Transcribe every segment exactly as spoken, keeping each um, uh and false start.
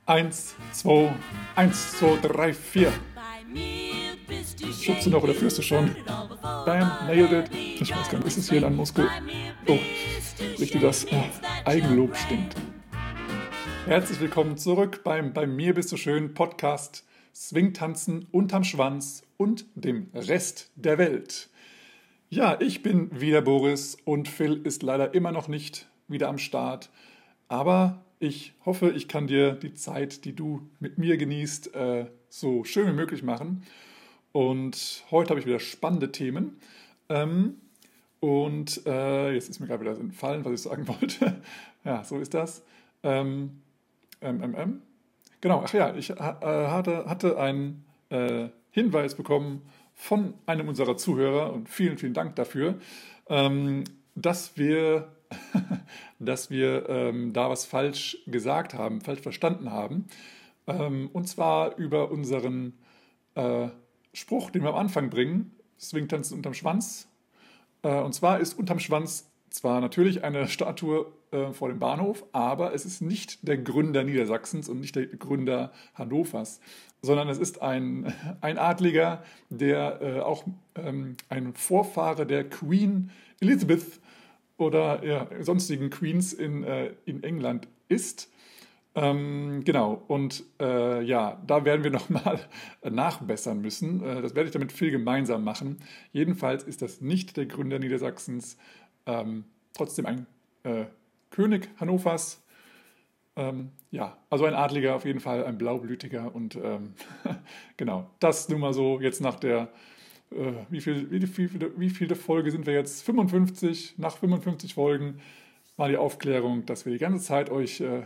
Eins, zwei, eins, zwei, drei, vier. Schubst du noch oder führst du schon? Bam, nailed it. Ich weiß gar nicht, ist es hier ein Muskel? Oh, richtig, das oh, Eigenlob stinkt. Herzlich willkommen zurück beim Bei mir bist du schön Podcast Swingtanzen unterm Schwanz und dem Rest der Welt. Ja, ich bin wieder Boris und Phil ist leider immer noch nicht wieder am Start, aber ich hoffe, ich kann dir die Zeit, die du mit mir genießt, äh, so schön wie möglich machen. Und heute habe ich wieder spannende Themen. Ähm, und äh, jetzt ist mir gerade wieder entfallen, was ich sagen wollte. Ja, so ist das. Ähm, ähm, ähm, ähm. Genau, ach ja, ich äh, hatte, hatte einen äh, Hinweis bekommen von einem unserer Zuhörer und vielen, vielen Dank dafür, ähm, dass wir, dass wir ähm, da was falsch gesagt haben, falsch verstanden haben. Ähm, und zwar über unseren äh, Spruch, den wir am Anfang bringen, Swingtanzen unterm Schwanz. Äh, und zwar ist unterm Schwanz zwar natürlich eine Statue äh, vor dem Bahnhof, aber es ist nicht der Gründer Niedersachsens und nicht der Gründer Hannovers, sondern es ist ein, ein Adliger, der äh, auch ähm, ein Vorfahre der Queen Elizabeth oder ja, sonstigen Queens in, äh, in England ist. Ähm, genau, und äh, ja, da werden wir nochmal nachbessern müssen. Äh, das werde ich damit viel gemeinsam machen. Jedenfalls ist das nicht der Gründer Niedersachsens, ähm, trotzdem ein äh, König Hannovers. Ähm, ja, also ein Adliger auf jeden Fall, ein Blaublütiger und ähm, genau, das nun mal so jetzt nach der, äh, wie viel, wie, wie, wie viele Folge sind wir jetzt? fünfundfünfzig, nach fünfundfünfzig Folgen mal die Aufklärung, dass wir die ganze Zeit euch äh,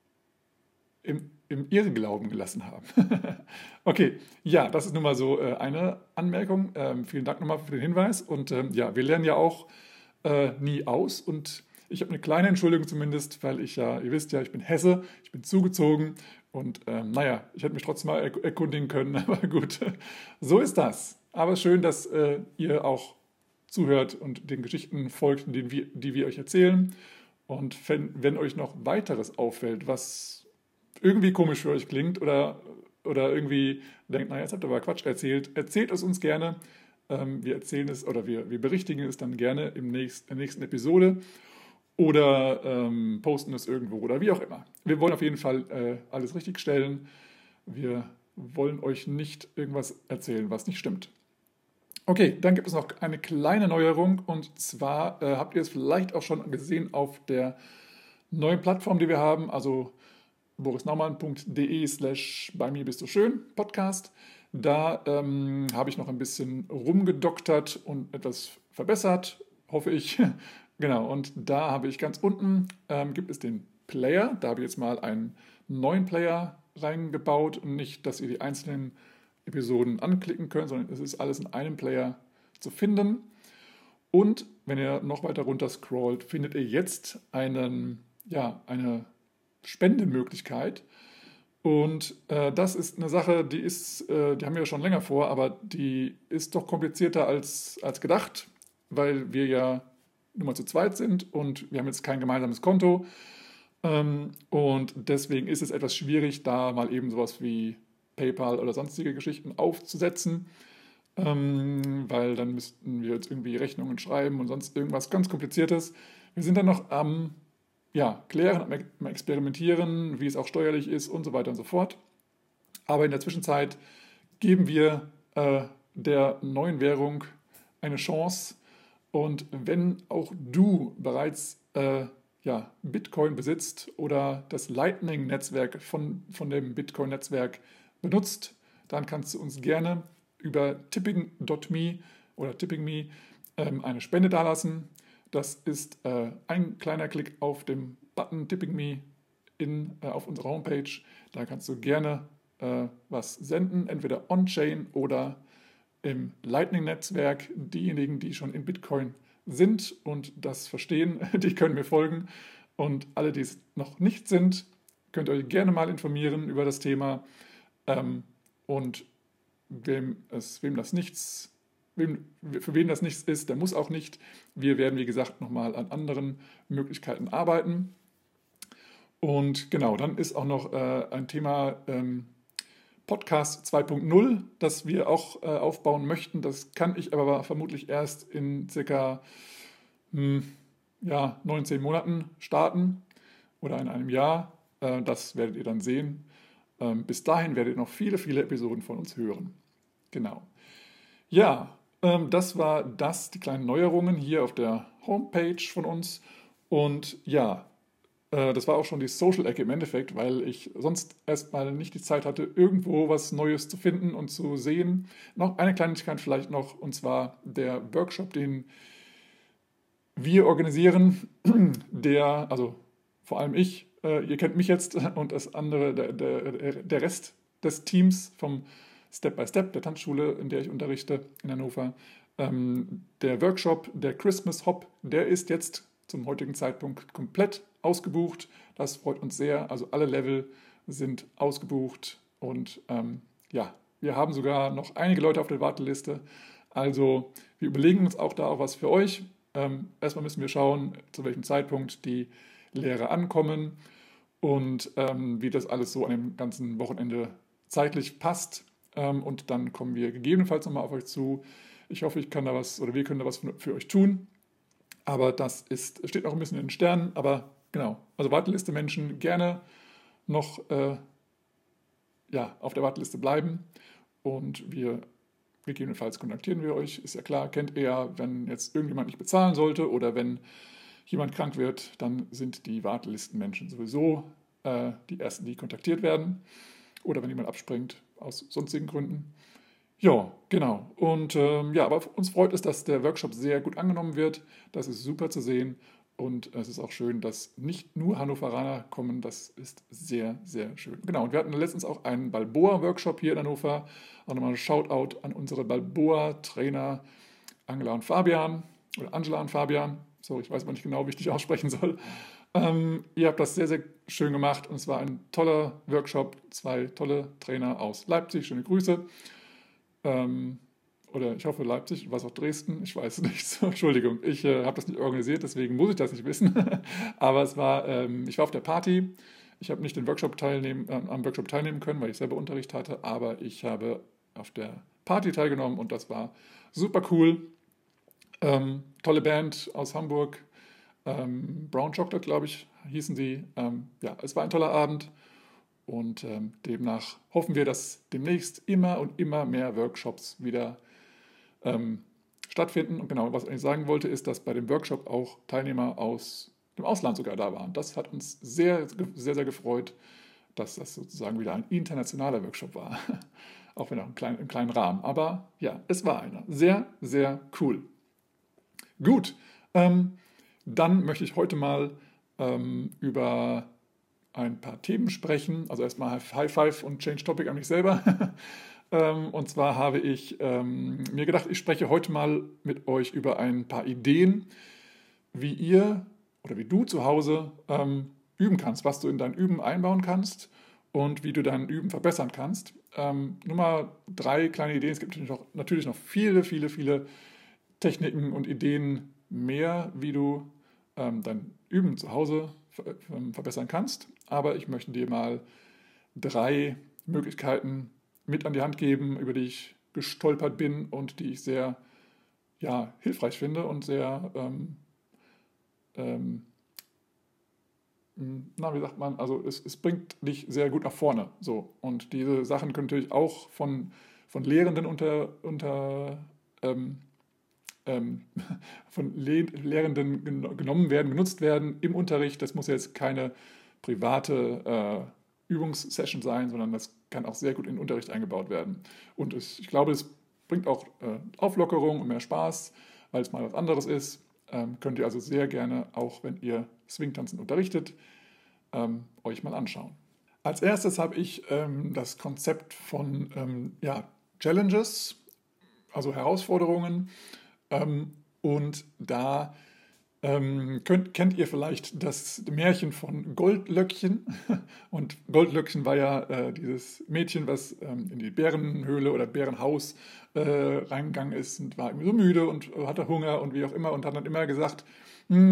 im, im Irrglauben gelassen haben. Okay, ja, das ist nun mal so äh, eine Anmerkung. Ähm, vielen Dank nochmal für den Hinweis. Und ähm, ja, wir lernen ja auch äh, nie aus. Und ich habe eine kleine Entschuldigung zumindest, weil ich ja, ihr wisst ja, ich bin Hesse, ich bin zugezogen. Und ähm, naja, ich hätte mich trotzdem mal erk- erkundigen können, aber gut, so ist das. Aber schön, dass äh, ihr auch zuhört und den Geschichten folgt, die wir, die wir euch erzählen. Und wenn, wenn euch noch weiteres auffällt, was irgendwie komisch für euch klingt oder, oder irgendwie denkt, naja, jetzt habt ihr aber Quatsch erzählt, erzählt es uns gerne. Ähm, wir erzählen es oder wir, wir berichtigen es dann gerne im nächsten, in der nächsten Episode oder ähm, posten es irgendwo oder wie auch immer. Wir wollen auf jeden Fall äh, alles richtigstellen. Wir wollen euch nicht irgendwas erzählen, was nicht stimmt. Okay, dann gibt es noch eine kleine Neuerung und zwar äh, habt ihr es vielleicht auch schon gesehen auf der neuen Plattform, die wir haben, also borisnaumann.de slash bei mir bist du schön Podcast. Da ähm, habe ich noch ein bisschen rumgedoktert und etwas verbessert, hoffe ich. Genau, und da habe ich ganz unten, ähm, gibt es den Player. Da habe ich jetzt mal einen neuen Player reingebaut und nicht, dass ihr die einzelnen Episoden anklicken könnt, sondern es ist alles in einem Player zu finden. Und wenn ihr noch weiter runter scrollt, findet ihr jetzt einen, ja, eine Spendemöglichkeit. Und äh, das ist eine Sache, die ist, äh, die haben wir ja schon länger vor, aber die ist doch komplizierter als, als gedacht, weil wir ja nur mal zu zweit sind und wir haben jetzt kein gemeinsames Konto. Ähm, und deswegen ist es etwas schwierig, da mal eben sowas wie PayPal oder sonstige Geschichten aufzusetzen, ähm, weil dann müssten wir jetzt irgendwie Rechnungen schreiben und sonst irgendwas ganz Kompliziertes. Wir sind dann noch am ja, klären, am Experimentieren, wie es auch steuerlich ist und so weiter und so fort. Aber in der Zwischenzeit geben wir äh, der neuen Währung eine Chance. Und wenn auch du bereits äh, ja, Bitcoin besitzt oder das Lightning-Netzwerk von, von dem Bitcoin-Netzwerk benutzt, dann kannst du uns gerne über tipping Punkt me oder tipping Punkt me ähm, eine Spende dalassen. Das ist äh, ein kleiner Klick auf den Button Tipping Me in, äh, auf unserer Homepage. Da kannst du gerne äh, was senden, entweder on-chain oder im Lightning-Netzwerk. Diejenigen, die schon in Bitcoin sind und das verstehen, die können mir folgen. Und alle, die es noch nicht sind, könnt ihr euch gerne mal informieren über das Thema. Ähm, und wem, es, wem das nichts Wem, für wen das nichts ist, der muss auch nicht. Wir werden, wie gesagt, nochmal an anderen Möglichkeiten arbeiten. Und genau, dann ist auch noch äh, ein Thema ähm, Podcast zwei Punkt null, das wir auch äh, aufbauen möchten. Das kann ich aber vermutlich erst in circa hm, ja, neunzehn Monaten starten oder in einem Jahr. Äh, das werdet ihr dann sehen. Ähm, bis dahin werdet ihr noch viele, viele Episoden von uns hören. Genau. Ja, ähm, das war das, die kleinen Neuerungen hier auf der Homepage von uns. Und ja, äh, das war auch schon die Social-Ecke im Endeffekt, weil ich sonst erstmal nicht die Zeit hatte, irgendwo was Neues zu finden und zu sehen. Noch eine Kleinigkeit vielleicht noch, und zwar der Workshop, den wir organisieren, der, also vor allem ich, äh, ihr kennt mich jetzt und das andere, der, der, der Rest des Teams vom Step by Step, der Tanzschule, in der ich unterrichte in Hannover. Ähm, der Workshop, der Christmas Hop, der ist jetzt zum heutigen Zeitpunkt komplett ausgebucht. Das freut uns sehr. Also alle Level sind ausgebucht und ähm, ja, wir haben sogar noch einige Leute auf der Warteliste. Also wir überlegen uns auch da auch was für euch. Ähm, erstmal müssen wir schauen, zu welchem Zeitpunkt die Lehrer ankommen und ähm, wie das alles so an dem ganzen Wochenende zeitlich passt. Ähm, und dann kommen wir gegebenenfalls nochmal auf euch zu. Ich hoffe, ich kann da was oder wir können da was für, für euch tun. Aber das ist, steht noch ein bisschen in den Sternen. Aber genau, also Warteliste Menschen gerne noch äh, ja, auf der Warteliste bleiben. Und wir gegebenenfalls kontaktieren wir euch. Ist ja klar, kennt ihr ja, wenn jetzt irgendjemand nicht bezahlen sollte oder wenn jemand krank wird, dann sind die Wartelistenmenschen sowieso äh, die Ersten, die kontaktiert werden. Oder wenn jemand abspringt aus sonstigen Gründen. Ja, genau. Und ähm, ja, aber uns freut es, dass der Workshop sehr gut angenommen wird. Das ist super zu sehen. Und es ist auch schön, dass nicht nur Hannoveraner kommen. Das ist sehr, sehr schön. Genau, und wir hatten letztens auch einen Balboa-Workshop hier in Hannover. Auch nochmal ein Shoutout an unsere Balboa-Trainer Angela und Fabian. Oder Angela und Fabian. Sorry, ich weiß mal nicht genau, wie ich dich aussprechen soll. Ähm, ihr habt das sehr, sehr schön gemacht. Und es war ein toller Workshop. Zwei tolle Trainer aus Leipzig. Schöne Grüße. Ähm, oder ich hoffe Leipzig, was auch Dresden, ich weiß es nicht, so, Entschuldigung, ich äh, habe das nicht organisiert, deswegen muss ich das nicht wissen, aber es war, ähm, ich war auf der Party, ich habe nicht den Workshop teilnehmen, äh, am Workshop teilnehmen können, weil ich selber Unterricht hatte, aber ich habe auf der Party teilgenommen und das war super cool, ähm, tolle Band aus Hamburg, ähm, Brown Chocolate, glaube ich, hießen sie, ähm, ja, es war ein toller Abend. Und ähm, demnach hoffen wir, dass demnächst immer und immer mehr Workshops wieder ähm, stattfinden. Und genau, was ich eigentlich sagen wollte, ist, dass bei dem Workshop auch Teilnehmer aus dem Ausland sogar da waren. Das hat uns sehr, sehr, sehr gefreut, dass das sozusagen wieder ein internationaler Workshop war. Auch wenn auch im kleinen, im kleinen Rahmen. Aber ja, es war einer. Sehr, sehr cool. Gut, ähm, dann möchte ich heute mal ähm, über ein paar Themen sprechen. Also erstmal High Five und Change Topic an mich selber. ähm, und zwar habe ich ähm, mir gedacht, ich spreche heute mal mit euch über ein paar Ideen, wie ihr oder wie du zu Hause ähm, üben kannst, was du in dein Üben einbauen kannst und wie du dein Üben verbessern kannst. Ähm, nur mal drei kleine Ideen. Es gibt natürlich noch, natürlich noch viele, viele, viele Techniken und Ideen mehr, wie du ähm, dein Üben zu Hause ver- verbessern kannst. Aber ich möchte dir mal drei Möglichkeiten mit an die Hand geben, über die ich gestolpert bin und die ich sehr ja, hilfreich finde und sehr, ähm, ähm, na, wie sagt man, also es, es bringt dich sehr gut nach vorne. So. Und diese Sachen können natürlich auch von, von Lehrenden unter, unter ähm, ähm, von Le- Lehrenden gen- genommen werden, genutzt werden im Unterricht. Das muss jetzt keine private äh, Übungssession sein, sondern das kann auch sehr gut in den Unterricht eingebaut werden. Und es, ich glaube, es bringt auch äh, Auflockerung und mehr Spaß, weil es mal was anderes ist. Ähm, könnt ihr also sehr gerne, auch wenn ihr Swingtanzen unterrichtet, ähm, euch mal anschauen. Als erstes habe ich ähm, das Konzept von ähm, ja, Challenges, also Herausforderungen. Ähm, und da ähm, könnt, kennt ihr vielleicht das Märchen von Goldlöckchen. Und Goldlöckchen war ja äh, dieses Mädchen, was ähm, in die Bärenhöhle oder Bärenhaus äh, reingegangen ist und war irgendwie so müde und hatte Hunger und wie auch immer und hat dann immer gesagt, hm,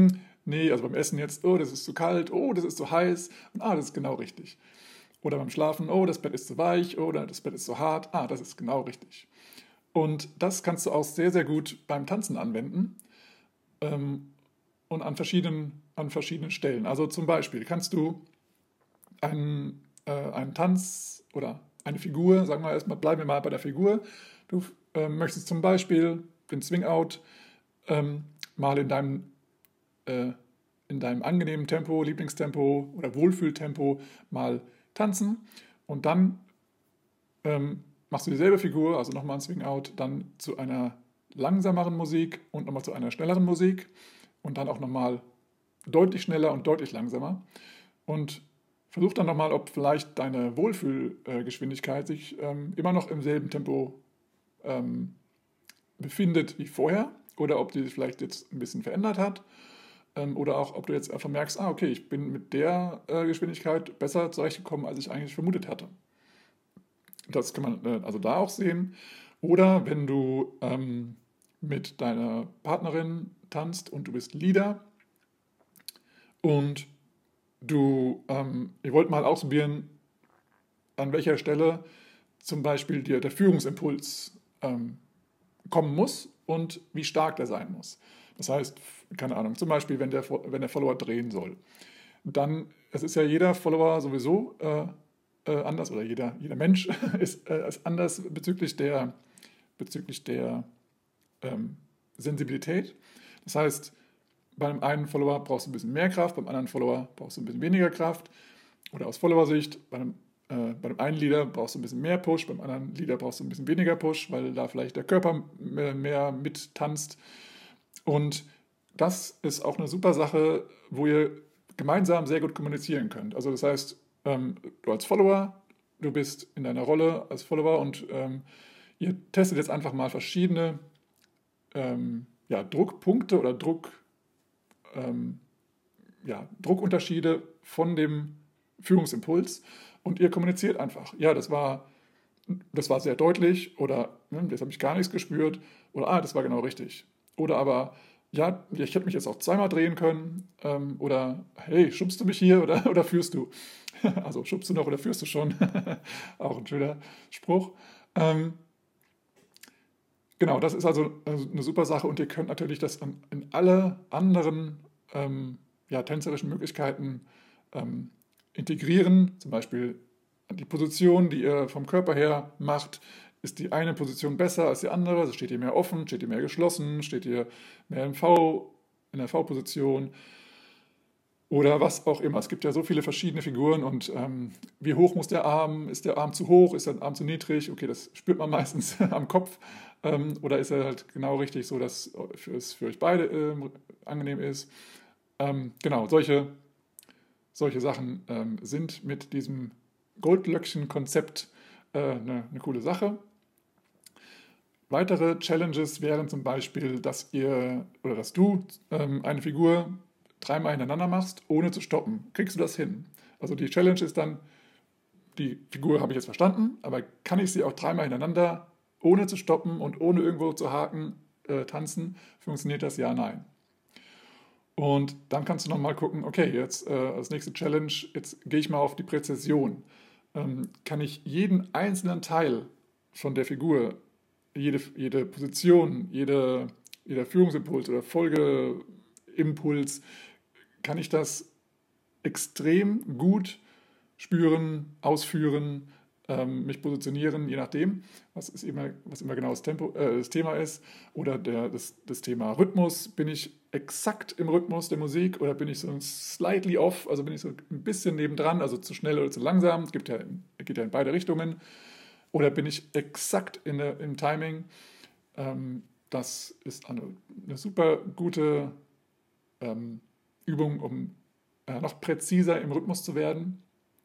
nee, also beim Essen jetzt, oh, das ist zu kalt, oh, das ist zu heiß und ah, das ist genau richtig. Oder beim Schlafen, oh, das Bett ist zu weich oder das Bett ist zu hart, ah, das ist genau richtig. Und das kannst du auch sehr, sehr gut beim Tanzen anwenden ähm, und an verschiedenen, an verschiedenen Stellen. Also zum Beispiel kannst du einen, äh, einen Tanz oder eine Figur, sagen wir erstmal, bleiben wir mal bei der Figur. Du äh, möchtest zum Beispiel den Swing-Out ähm, mal in deinem, äh, in deinem angenehmen Tempo, Lieblingstempo oder Wohlfühltempo mal tanzen und dann ähm, machst du dieselbe Figur, also nochmal ein Swing-Out, dann zu einer langsameren Musik und nochmal zu einer schnelleren Musik und dann auch nochmal deutlich schneller und deutlich langsamer und versuch dann nochmal, ob vielleicht deine Wohlfühlgeschwindigkeit sich ähm, immer noch im selben Tempo ähm, befindet wie vorher oder ob die sich vielleicht jetzt ein bisschen verändert hat ähm, oder auch, ob du jetzt einfach merkst, ah, okay, ich bin mit der äh, Geschwindigkeit besser zurechtgekommen, als ich eigentlich vermutet hatte. Das kann man äh, also da auch sehen. Oder wenn du ähm, mit deiner Partnerin tanzt und du bist Leader und du, ähm, ihr wollt mal ausprobieren, an welcher Stelle zum Beispiel dir der Führungsimpuls ähm, kommen muss und wie stark der sein muss. Das heißt, keine Ahnung, zum Beispiel, wenn der, wenn der Follower drehen soll, dann, es ist ja jeder Follower sowieso äh, äh, anders oder jeder, jeder Mensch ist, äh, ist anders bezüglich der, bezüglich der ähm, Sensibilität. Das heißt, beim einen Follower brauchst du ein bisschen mehr Kraft, beim anderen Follower brauchst du ein bisschen weniger Kraft. Oder aus Follower-Sicht, bei einem, äh, bei dem einen Leader brauchst du ein bisschen mehr Push, beim anderen Leader brauchst du ein bisschen weniger Push, weil da vielleicht der Körper mehr, mehr mittanzt. Und das ist auch eine super Sache, wo ihr gemeinsam sehr gut kommunizieren könnt. Also das heißt, ähm, du als Follower, du bist in deiner Rolle als Follower und ähm, ihr testet jetzt einfach mal verschiedene ähm, ja, Druckpunkte oder Druck Ähm, ja, Druckunterschiede von dem Führungsimpuls und ihr kommuniziert einfach. Ja, das war, das war sehr deutlich oder ne, das habe ich gar nichts gespürt oder ah, das war genau richtig. Oder aber, ja, ich hätte mich jetzt auch zweimal drehen können ähm, oder hey, schubst du mich hier oder, oder führst du? Also schubst du noch oder führst du schon? Auch ein schöner Spruch. Ähm, Genau, das ist also eine super Sache und ihr könnt natürlich das in alle anderen ähm, ja, tänzerischen Möglichkeiten ähm, integrieren. Zum Beispiel die Position, die ihr vom Körper her macht. Ist die eine Position besser als die andere? Also steht ihr mehr offen, steht ihr mehr geschlossen, steht ihr mehr im V, in der V-Position? Oder was auch immer. Es gibt ja so viele verschiedene Figuren und ähm, wie hoch muss der Arm? Ist der Arm zu hoch? Ist der Arm zu niedrig? Okay, das spürt man meistens am Kopf. Ähm, oder ist er halt genau richtig, so dass es für euch beide ähm, angenehm ist? Ähm, genau, solche, solche Sachen ähm, sind mit diesem Goldlöckchen-Konzept äh, eine, eine coole Sache. Weitere Challenges wären zum Beispiel, dass ihr oder dass du ähm, eine Figur dreimal hintereinander machst, ohne zu stoppen. Kriegst du das hin? Also die Challenge ist dann, die Figur habe ich jetzt verstanden, aber kann ich sie auch dreimal hintereinander, ohne zu stoppen und ohne irgendwo zu haken, äh, tanzen? Funktioniert das? Ja, nein. Und dann kannst du nochmal gucken, okay, jetzt äh, als nächste Challenge, jetzt gehe ich mal auf die Präzision. Ähm, kann ich jeden einzelnen Teil von der Figur, jede, jede Position, jede, jeder Führungsimpuls oder Folgeimpuls, kann ich das extrem gut spüren, ausführen, ähm, mich positionieren, je nachdem, was, ist immer, was immer genau das, Tempo, äh, das Thema ist. Oder der, das, das Thema Rhythmus. Bin ich exakt im Rhythmus der Musik oder bin ich so slightly off, also bin ich so ein bisschen nebendran, also zu schnell oder zu langsam. Es gibt ja, geht ja in beide Richtungen. Oder bin ich exakt in der, im Timing. Ähm, das ist eine, eine super gute ähm, Übung, um äh, noch präziser im Rhythmus zu werden.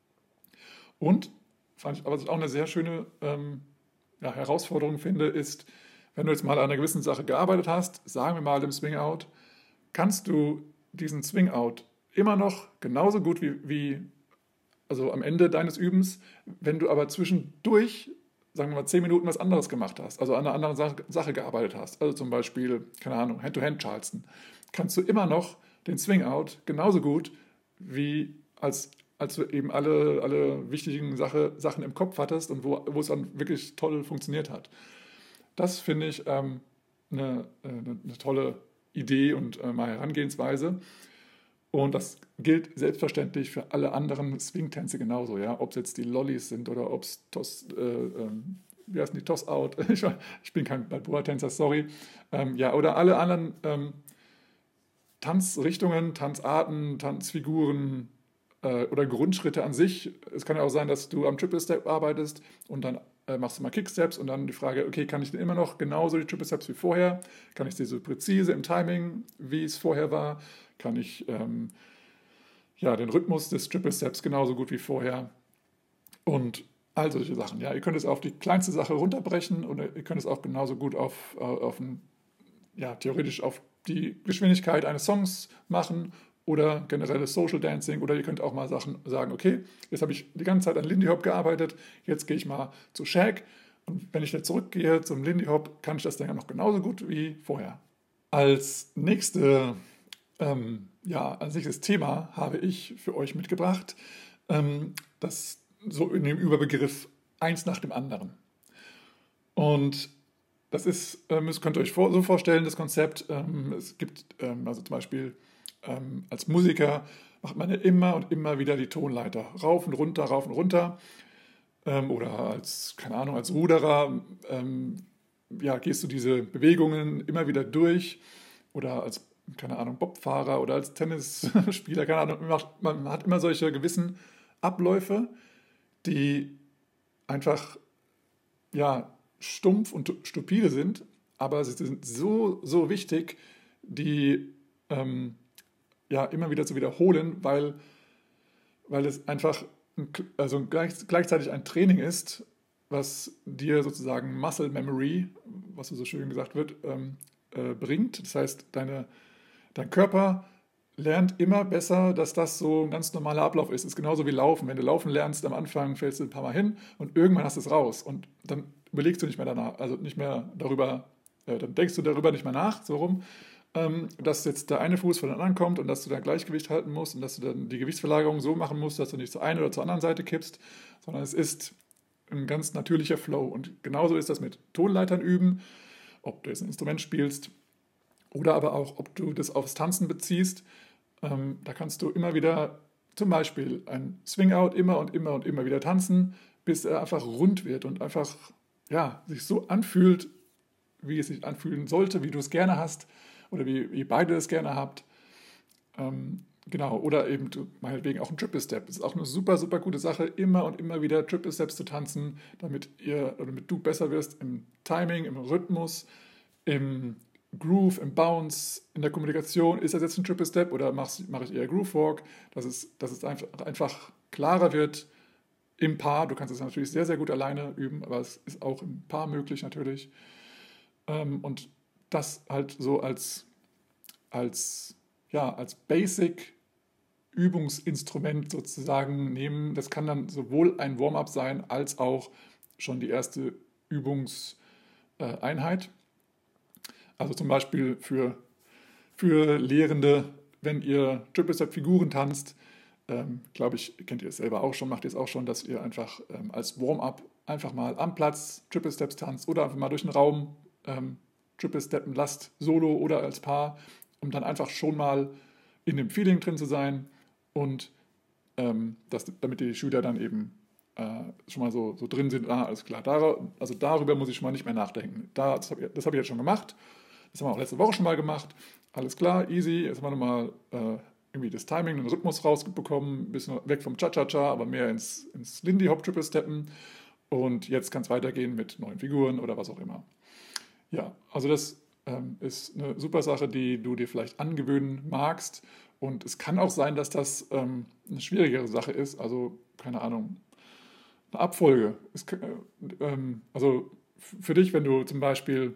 Und, fand ich, was ich auch eine sehr schöne ähm, ja, Herausforderung finde, ist, wenn du jetzt mal an einer gewissen Sache gearbeitet hast, sagen wir mal im Swing-Out, kannst du diesen Swing-Out immer noch genauso gut wie, wie also am Ende deines Übens, wenn du aber zwischendurch, sagen wir mal, zehn Minuten was anderes gemacht hast, also an einer anderen Sache, Sache gearbeitet hast, also zum Beispiel, keine Ahnung, Hand-to-Hand-Charleston, kannst du immer noch den Swing-Out genauso gut, wie als, als du eben alle, alle wichtigen Sache, Sachen im Kopf hattest und wo, wo es dann wirklich toll funktioniert hat. Das finde ich ähm, eine, eine, eine tolle Idee und äh, mal Herangehensweise. Und das gilt selbstverständlich für alle anderen Swing-Tänze genauso, ja. Ob es jetzt die Lollies sind oder ob es Toss, äh, ähm, wie heißen die, Toss-Out, ich, ich bin kein Balboa-Tänzer, sorry. Ähm, ja, oder alle anderen ähm, Tanzrichtungen, Tanzarten, Tanzfiguren äh, oder Grundschritte an sich. Es kann ja auch sein, dass du am Triple Step arbeitest und dann äh, machst du mal Kicksteps und dann die Frage, okay, kann ich denn immer noch genauso die Triple Steps wie vorher? Kann ich sie so präzise im Timing, wie es vorher war? Kann ich ähm, ja, den Rhythmus des Triple Steps genauso gut wie vorher? Und all solche Sachen. Ja, ihr könnt es auf die kleinste Sache runterbrechen oder ihr könnt es auch genauso gut auf, auf ein, ja, theoretisch auf die Geschwindigkeit eines Songs machen oder generelles Social Dancing oder ihr könnt auch mal Sachen sagen, okay, jetzt habe ich die ganze Zeit an Lindy Hop gearbeitet, jetzt gehe ich mal zu Shag und wenn ich dann zurückgehe zum Lindy Hop, kann ich das dann ja noch genauso gut wie vorher. Als nächste, ähm, ja, als nächstes Thema habe ich für euch mitgebracht, ähm, das so in dem Überbegriff eins nach dem anderen. Und das ist, ähm, das könnt ihr euch vor, so vorstellen, das Konzept, ähm, es gibt, ähm, also zum Beispiel ähm, als Musiker macht man ja immer und immer wieder die Tonleiter rauf und runter, rauf und runter. Ähm, oder als, keine Ahnung, als Ruderer, ähm, ja, gehst du diese Bewegungen immer wieder durch. Oder als, keine Ahnung, Bobfahrer oder als Tennisspieler, keine Ahnung, man, macht, man hat immer solche gewissen Abläufe, die einfach, ja, stumpf und stupide sind, aber sie sind so, so wichtig, die ähm, ja, immer wieder zu wiederholen, weil, weil es einfach ein, also gleich, gleichzeitig ein Training ist, was dir sozusagen Muscle Memory, was so schön gesagt wird, ähm, äh, bringt. Das heißt, deine, dein Körper lernt immer besser, dass das so ein ganz normaler Ablauf ist. Es ist genauso wie Laufen. Wenn du Laufen lernst, am Anfang fällst du ein paar Mal hin und irgendwann hast du es raus. Und dann überlegst du nicht mehr danach, also nicht mehr darüber, äh, dann denkst du darüber nicht mehr nach, so rum, ähm, dass jetzt der eine Fuß von den anderen kommt und dass du dann Gleichgewicht halten musst und dass du dann die Gewichtsverlagerung so machen musst, dass du nicht zur einen oder zur anderen Seite kippst, sondern es ist ein ganz natürlicher Flow. Und genauso ist das mit Tonleitern üben, ob du jetzt ein Instrument spielst oder aber auch, ob du das aufs Tanzen beziehst. Ähm, da kannst du immer wieder zum Beispiel ein Swing-Out immer und immer und immer wieder tanzen, bis er einfach rund wird und einfach, ja, sich so anfühlt, wie es sich anfühlen sollte, wie du es gerne hast oder wie ihr beide es gerne habt. Ähm, genau, oder eben meinetwegen auch ein Triple Step. Das ist auch eine super, super gute Sache, immer und immer wieder Triple Steps zu tanzen, damit ihr, damit du besser wirst im Timing, im Rhythmus, im Groove, im Bounce, in der Kommunikation. Ist das jetzt ein Triple Step oder mache mach ich eher Groove Walk? Dass es, dass es einfach, einfach klarer wird im Paar. Du kannst es natürlich sehr, sehr gut alleine üben, aber es ist auch im Paar möglich natürlich. Ähm, und das halt so als, als, ja, als Basic-Übungsinstrument sozusagen nehmen. Das kann dann sowohl ein Warm-up sein, als auch schon die erste Übungseinheit. Also zum Beispiel für, für Lehrende, wenn ihr Triple-Step-Figuren tanzt, ähm, glaube ich, kennt ihr es selber auch schon, macht ihr es auch schon, dass ihr einfach ähm, als Warm-up einfach mal am Platz Triple-Steps tanzt oder einfach mal durch den Raum ähm, Triple-Steppen lasst, solo oder als Paar, um dann einfach schon mal in dem Feeling drin zu sein und ähm, das, damit die Schüler dann eben äh, schon mal so, so drin sind, ah, alles klar, dar- also darüber muss ich schon mal nicht mehr nachdenken. Da, das habe ich, das hab ich jetzt schon gemacht, das haben wir auch letzte Woche schon mal gemacht, alles klar, easy, jetzt haben wir nochmal äh, irgendwie das Timing, den Rhythmus rausbekommen, ein bisschen weg vom Cha-Cha-Cha, aber mehr ins, ins Lindy-Hop-Triple-Steppen und jetzt kann es weitergehen mit neuen Figuren oder was auch immer. Ja, also das ähm, ist eine super Sache, die du dir vielleicht angewöhnen magst. Und es kann auch sein, dass das ähm, eine schwierigere Sache ist. Also, keine Ahnung, eine Abfolge. Es, äh, ähm, also f- für dich, wenn du zum Beispiel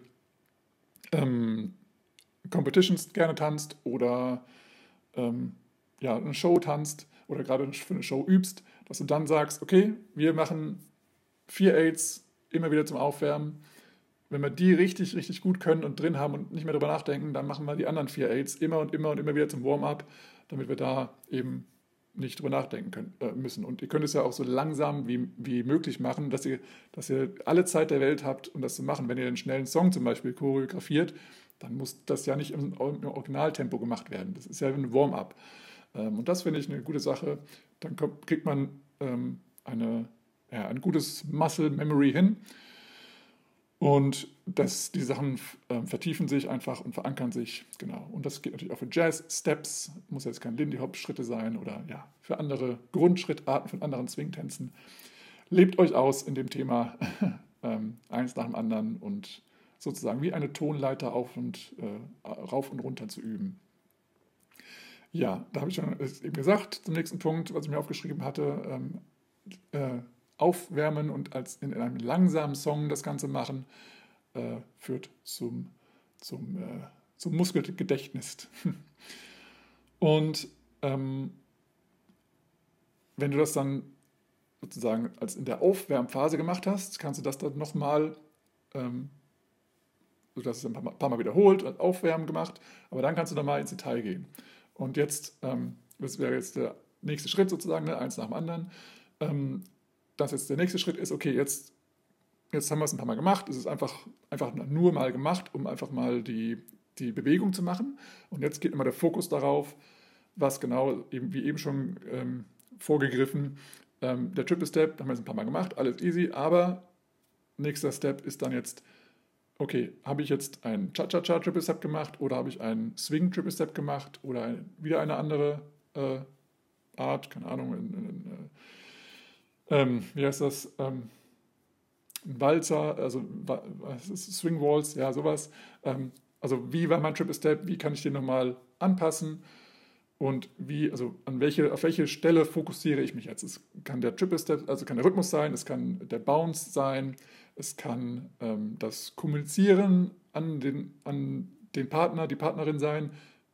ähm, Competitions gerne tanzt oder ähm, ja, eine Show tanzt oder gerade für eine Show übst, dass du dann sagst, okay, wir machen vier Aids immer wieder zum Aufwärmen. wenn wir die richtig, richtig gut können und drin haben und nicht mehr drüber nachdenken, dann machen wir die anderen vier Aids immer und immer und immer wieder zum Warm-up, damit wir da eben nicht drüber nachdenken können, äh, müssen. Und ihr könnt es ja auch so langsam wie, wie möglich machen, dass ihr, dass ihr alle Zeit der Welt habt, um das zu machen. Wenn ihr einen schnellen Song zum Beispiel choreografiert, dann muss das ja nicht im, im Originaltempo gemacht werden. Das ist ja ein Warm-up. Ähm, und das finde ich eine gute Sache. Dann kommt, kriegt man ähm, eine, ja, ein gutes Muscle Memory hin. Und das, die Sachen äh, vertiefen sich einfach und verankern sich, genau. Und das geht natürlich auch für Jazz-Steps, muss jetzt kein Lindy-Hop-Schritte sein oder ja, für andere Grundschrittarten von anderen Swing-Tänzen. Lebt euch aus in dem Thema, ähm, eins nach dem anderen und sozusagen wie eine Tonleiter auf und äh, rauf und runter zu üben. Ja, da habe ich schon eben gesagt, zum nächsten Punkt, was ich mir aufgeschrieben hatte, ähm, äh, aufwärmen und als in einem langsamen Song das Ganze machen, äh, führt zum, zum, äh, zum Muskelgedächtnis. Und ähm, wenn du das dann sozusagen als in der Aufwärmphase gemacht hast, kannst du das dann nochmal, ähm, du hast es ein paar Mal, paar Mal wiederholt und Aufwärmen gemacht, aber dann kannst du nochmal ins Detail gehen. Und jetzt, ähm, das wäre jetzt der nächste Schritt sozusagen, ne, eins nach dem anderen, ähm, dass jetzt der nächste Schritt ist, okay, jetzt, jetzt haben wir es ein paar Mal gemacht, es ist einfach, einfach nur mal gemacht, um einfach mal die, die Bewegung zu machen. Und jetzt geht immer der Fokus darauf, was genau, eben, wie eben schon ähm, vorgegriffen, ähm, der Triple Step, haben wir jetzt ein paar Mal gemacht, alles easy, aber nächster Step ist dann jetzt, okay, habe ich jetzt einen Cha-Cha-Cha Triple Step gemacht oder habe ich einen Swing Triple Step gemacht oder ein, wieder eine andere äh, Art, keine Ahnung, in, in, in, Ähm, wie heißt das? Ähm, ein Walzer, also was ist Swing Waltz, ja, sowas. Ähm, also wie war mein Triple Step, wie kann ich den nochmal anpassen und wie, also an welche, auf welche Stelle fokussiere ich mich jetzt? Es kann der Triple Step, also kann der Rhythmus sein, es kann der Bounce sein, es kann ähm, das Kommunizieren an den, an den Partner, die Partnerin sein.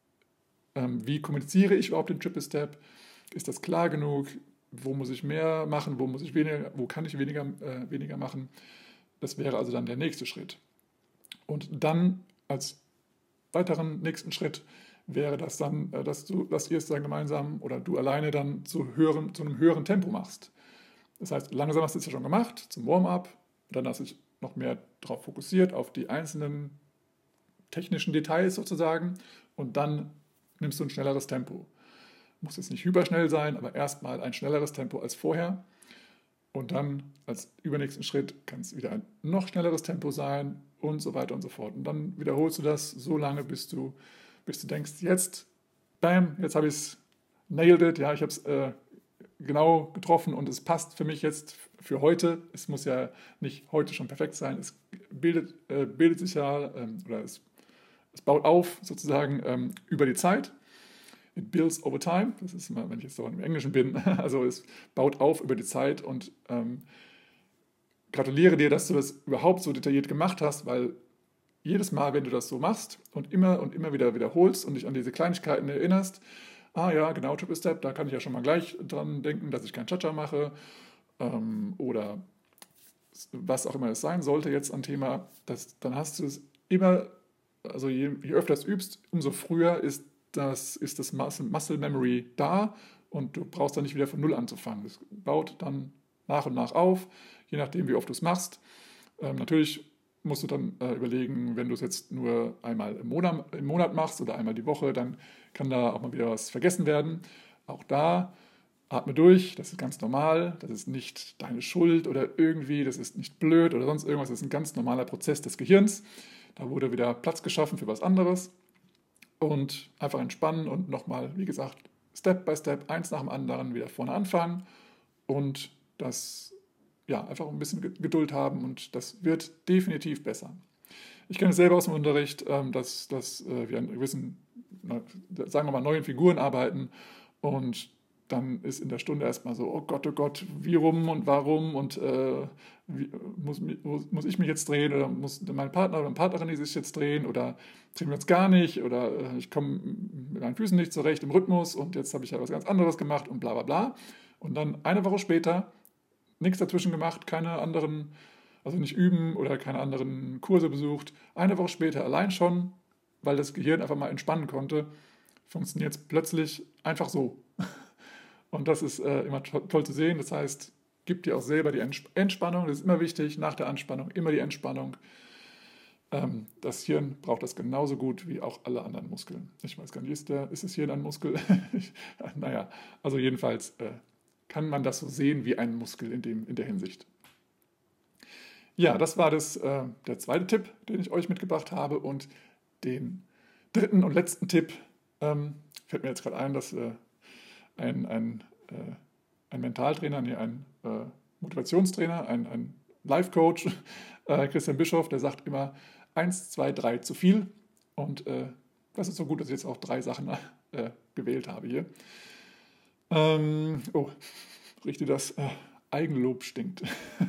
Ähm, wie kommuniziere ich überhaupt den Triple Step? Ist das klar genug? Wo muss ich mehr machen, wo muss ich weniger, wo kann ich weniger, äh, weniger machen. Das wäre also dann der nächste Schritt. Und dann als weiteren nächsten Schritt wäre das dann, äh, dass, du, dass ihr es dann gemeinsam oder du alleine dann zu, höheren, zu einem höheren Tempo machst. Das heißt, langsam hast du es ja schon gemacht, zum Warm-up, dann hast du dich noch mehr darauf fokussiert, auf die einzelnen technischen Details sozusagen und dann nimmst du ein schnelleres Tempo. Muss jetzt nicht hyperschnell sein, aber erstmal ein schnelleres Tempo als vorher. Und dann als übernächsten Schritt kann es wieder ein noch schnelleres Tempo sein und so weiter und so fort. Und dann wiederholst du das so lange, bis du, bis du denkst, jetzt, bam, jetzt habe ich es nailed it, ja, ich habe es äh, genau getroffen und es passt für mich jetzt für heute. Es muss ja nicht heute schon perfekt sein. Es bildet, äh, bildet sich ja, ähm, oder es, es baut auf sozusagen ähm, über die Zeit. It builds over time, das ist immer, wenn ich jetzt so im Englischen bin, also es baut auf über die Zeit und ähm, gratuliere dir, dass du das überhaupt so detailliert gemacht hast, weil jedes Mal, wenn du das so machst und immer und immer wieder wiederholst und dich an diese Kleinigkeiten erinnerst, ah ja, genau, Triple Step, da kann ich ja schon mal gleich dran denken, dass ich kein Cha-Cha mache ähm, oder was auch immer es sein sollte jetzt an Thema, das, dann hast du es immer, also je, je öfter es übst, umso früher ist das, ist das Muscle Memory da und du brauchst dann nicht wieder von Null anzufangen. Das baut dann nach und nach auf, je nachdem, wie oft du es machst. Ähm, natürlich musst du dann äh, überlegen, wenn du es jetzt nur einmal im Monat, im Monat machst oder einmal die Woche, dann kann da auch mal wieder was vergessen werden. Auch da atme durch, das ist ganz normal, das ist nicht deine Schuld oder irgendwie, das ist nicht blöd oder sonst irgendwas, das ist ein ganz normaler Prozess des Gehirns. Da wurde wieder Platz geschaffen für was anderes. Und einfach entspannen und nochmal, wie gesagt, Step by Step, eins nach dem anderen wieder vorne anfangen und das, ja, einfach ein bisschen Geduld haben und das wird definitiv besser. Ich kenne es selber aus dem Unterricht, dass, dass wir an gewissen, sagen wir mal, neuen Figuren arbeiten und dann ist in der Stunde erstmal so, oh Gott, oh Gott, wie rum und warum und äh, wie, muss, muss ich mich jetzt drehen oder muss mein Partner oder meine Partnerin die sich jetzt drehen oder drehen wir uns gar nicht oder äh, ich komme mit meinen Füßen nicht zurecht im Rhythmus und jetzt habe ich ja was ganz anderes gemacht und bla bla bla. Und dann eine Woche später nichts dazwischen gemacht, keine anderen also nicht üben oder keine anderen Kurse besucht, eine Woche später allein schon, weil das Gehirn einfach mal entspannen konnte, funktioniert es plötzlich einfach so. Und das ist äh, immer to- toll zu sehen. Das heißt, gib dir auch selber die Ents- Entspannung. Das ist immer wichtig. Nach der Anspannung immer die Entspannung. Ähm, das Hirn braucht das genauso gut wie auch alle anderen Muskeln. Ich weiß gar nicht, ist, der, ist das Hirn ein Muskel? Ich, naja, also jedenfalls äh, kann man das so sehen wie ein Muskel in, dem, in der Hinsicht. Ja, das war das, äh, der zweite Tipp, den ich euch mitgebracht habe. Und den dritten und letzten Tipp ähm, fällt mir jetzt gerade ein, dass äh, ein, ein, äh, ein Mentaltrainer, nee, ein äh, Motivationstrainer, ein, ein Life-Coach, äh, Christian Bischoff, der sagt immer eins, zwei, drei zu viel. Und äh, das ist so gut, dass ich jetzt auch drei Sachen äh, gewählt habe hier. Ähm, oh, richtig, das äh, Eigenlob stinkt.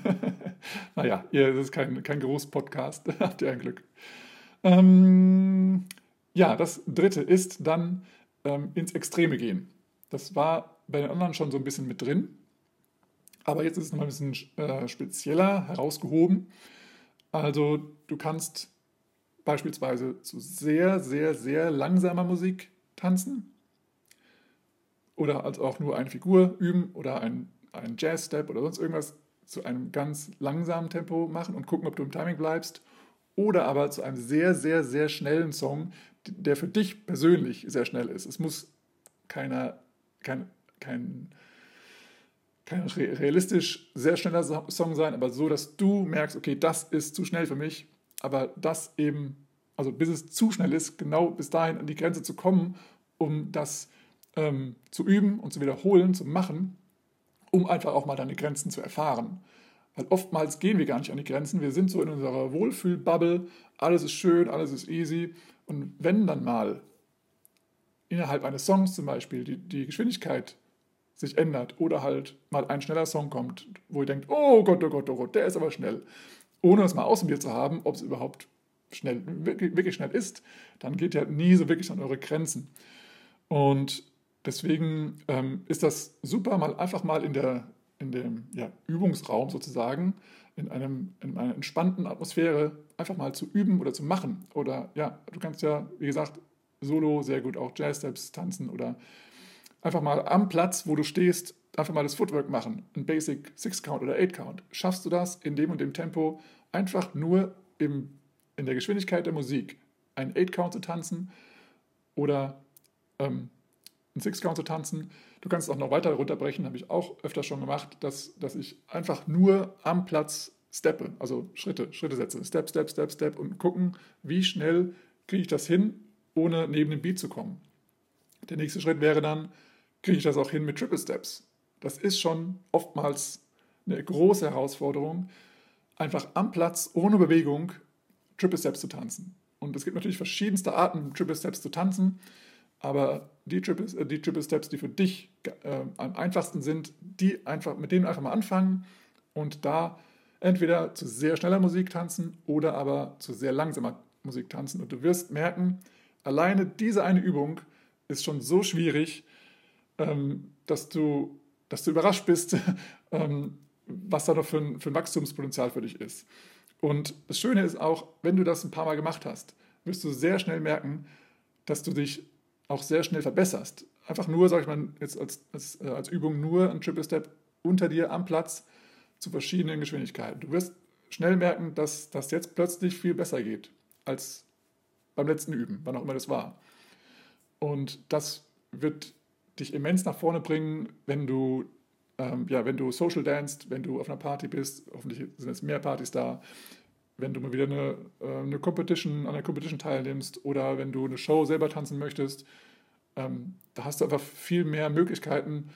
Naja, ihr, das ist kein, kein Groß-Podcast, habt ihr ein Glück. Ähm, ja, das dritte ist dann ähm, ins Extreme gehen. Das war bei den anderen schon so ein bisschen mit drin, aber jetzt ist es nochmal ein bisschen äh, spezieller herausgehoben. Also du kannst beispielsweise zu sehr, sehr, sehr langsamer Musik tanzen oder also auch nur eine Figur üben oder ein, ein Jazz-Step oder sonst irgendwas zu einem ganz langsamen Tempo machen und gucken, ob du im Timing bleibst. Oder aber zu einem sehr, sehr, sehr schnellen Song, der für dich persönlich sehr schnell ist. Es muss keiner, kein, kein, kein realistisch sehr schneller Song sein, aber so, dass du merkst, okay, das ist zu schnell für mich, aber das eben, also bis es zu schnell ist, genau bis dahin an die Grenze zu kommen, um das ähm, zu üben und zu wiederholen, zu machen, um einfach auch mal deine Grenzen zu erfahren. Weil oftmals gehen wir gar nicht an die Grenzen, wir sind so in unserer Wohlfühlbubble, alles ist schön, alles ist easy. Und wenn dann mal innerhalb eines Songs zum Beispiel die, die Geschwindigkeit sich ändert oder halt mal ein schneller Song kommt, wo ihr denkt, oh Gott, oh Gott, oh Gott, der ist aber schnell, ohne es mal ausprobiert zu haben, ob es überhaupt schnell, wirklich, wirklich schnell ist, dann geht ihr halt nie so wirklich an eure Grenzen. Und deswegen ähm, ist das super, mal einfach mal in, der, in dem ja, Übungsraum sozusagen, in, einem, in einer entspannten Atmosphäre einfach mal zu üben oder zu machen. Oder ja, du kannst ja, wie gesagt, solo sehr gut auch Jazz-Steps tanzen oder einfach mal am Platz, wo du stehst, einfach mal das Footwork machen, ein Basic Six-Count oder Eight-Count. Schaffst du das in dem und dem Tempo, einfach nur im, in der Geschwindigkeit der Musik einen Eight-Count zu tanzen oder ähm, einen Six-Count zu tanzen. Du kannst es auch noch weiter runterbrechen, habe ich auch öfter schon gemacht, dass, dass ich einfach nur am Platz steppe, also Schritte, Schritte setze, Step, Step, Step, Step und gucken, wie schnell kriege ich das hin, ohne neben dem Beat zu kommen. Der nächste Schritt wäre dann, kriege ich das auch hin mit Triple Steps. Das ist schon oftmals eine große Herausforderung, einfach am Platz ohne Bewegung Triple Steps zu tanzen. Und es gibt natürlich verschiedenste Arten, Triple Steps zu tanzen, aber die Triple, äh, die Triple Steps, die für dich äh, am einfachsten sind, die einfach, mit denen einfach mal anfangen und da entweder zu sehr schneller Musik tanzen oder aber zu sehr langsamer Musik tanzen. Und du wirst merken, alleine diese eine Übung ist schon so schwierig, ähm, dass, du, dass du überrascht bist, ähm, was da noch für ein, für ein Wachstumspotenzial für dich ist. Und das Schöne ist auch, wenn du das ein paar Mal gemacht hast, wirst du sehr schnell merken, dass du dich auch sehr schnell verbesserst. Einfach nur, sag ich mal, jetzt als, als, äh, als Übung nur ein Triple Step unter dir am Platz zu verschiedenen Geschwindigkeiten. Du wirst schnell merken, dass das jetzt plötzlich viel besser geht als beim letzten Üben, wann auch immer das war. Und das wird dich immens nach vorne bringen, wenn du, ähm, ja, wenn du social dancest, wenn du auf einer Party bist, hoffentlich sind jetzt mehr Partys da, wenn du mal wieder eine, äh, eine Competition, an einer Competition teilnimmst oder wenn du eine Show selber tanzen möchtest, ähm, da hast du einfach viel mehr Möglichkeiten,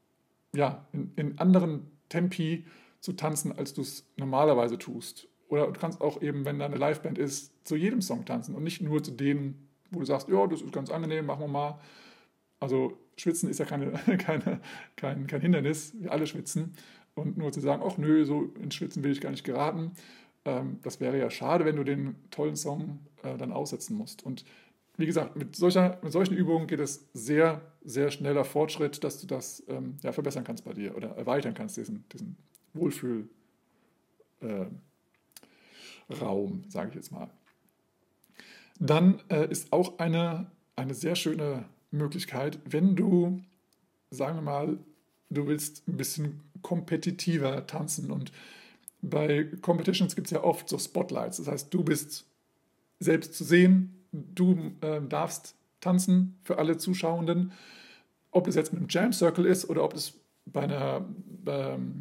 ja, in, in anderen Tempi zu tanzen, als du es normalerweise tust. Oder du kannst auch eben, wenn da eine Liveband ist, zu jedem Song tanzen und nicht nur zu denen, wo du sagst, ja, das ist ganz angenehm, machen wir mal. Also Schwitzen ist ja keine, keine, kein, kein Hindernis, wir alle schwitzen. Und nur zu sagen, ach nö, so ins Schwitzen will ich gar nicht geraten, ähm, das wäre ja schade, wenn du den tollen Song äh, dann aussetzen musst. Und wie gesagt, mit, solcher, mit solchen Übungen geht es sehr, sehr schneller Fortschritt, dass du das ähm, ja, verbessern kannst bei dir oder erweitern kannst, diesen, diesen Wohlfühl, äh, Raum, sage ich jetzt mal. Dann äh, ist auch eine, eine sehr schöne Möglichkeit, wenn du, sagen wir mal, du willst ein bisschen kompetitiver tanzen, und bei Competitions gibt es ja oft so Spotlights, das heißt, du bist selbst zu sehen, du äh, darfst tanzen für alle Zuschauenden, ob es jetzt mit einem Jam Circle ist oder ob es bei einer, ähm,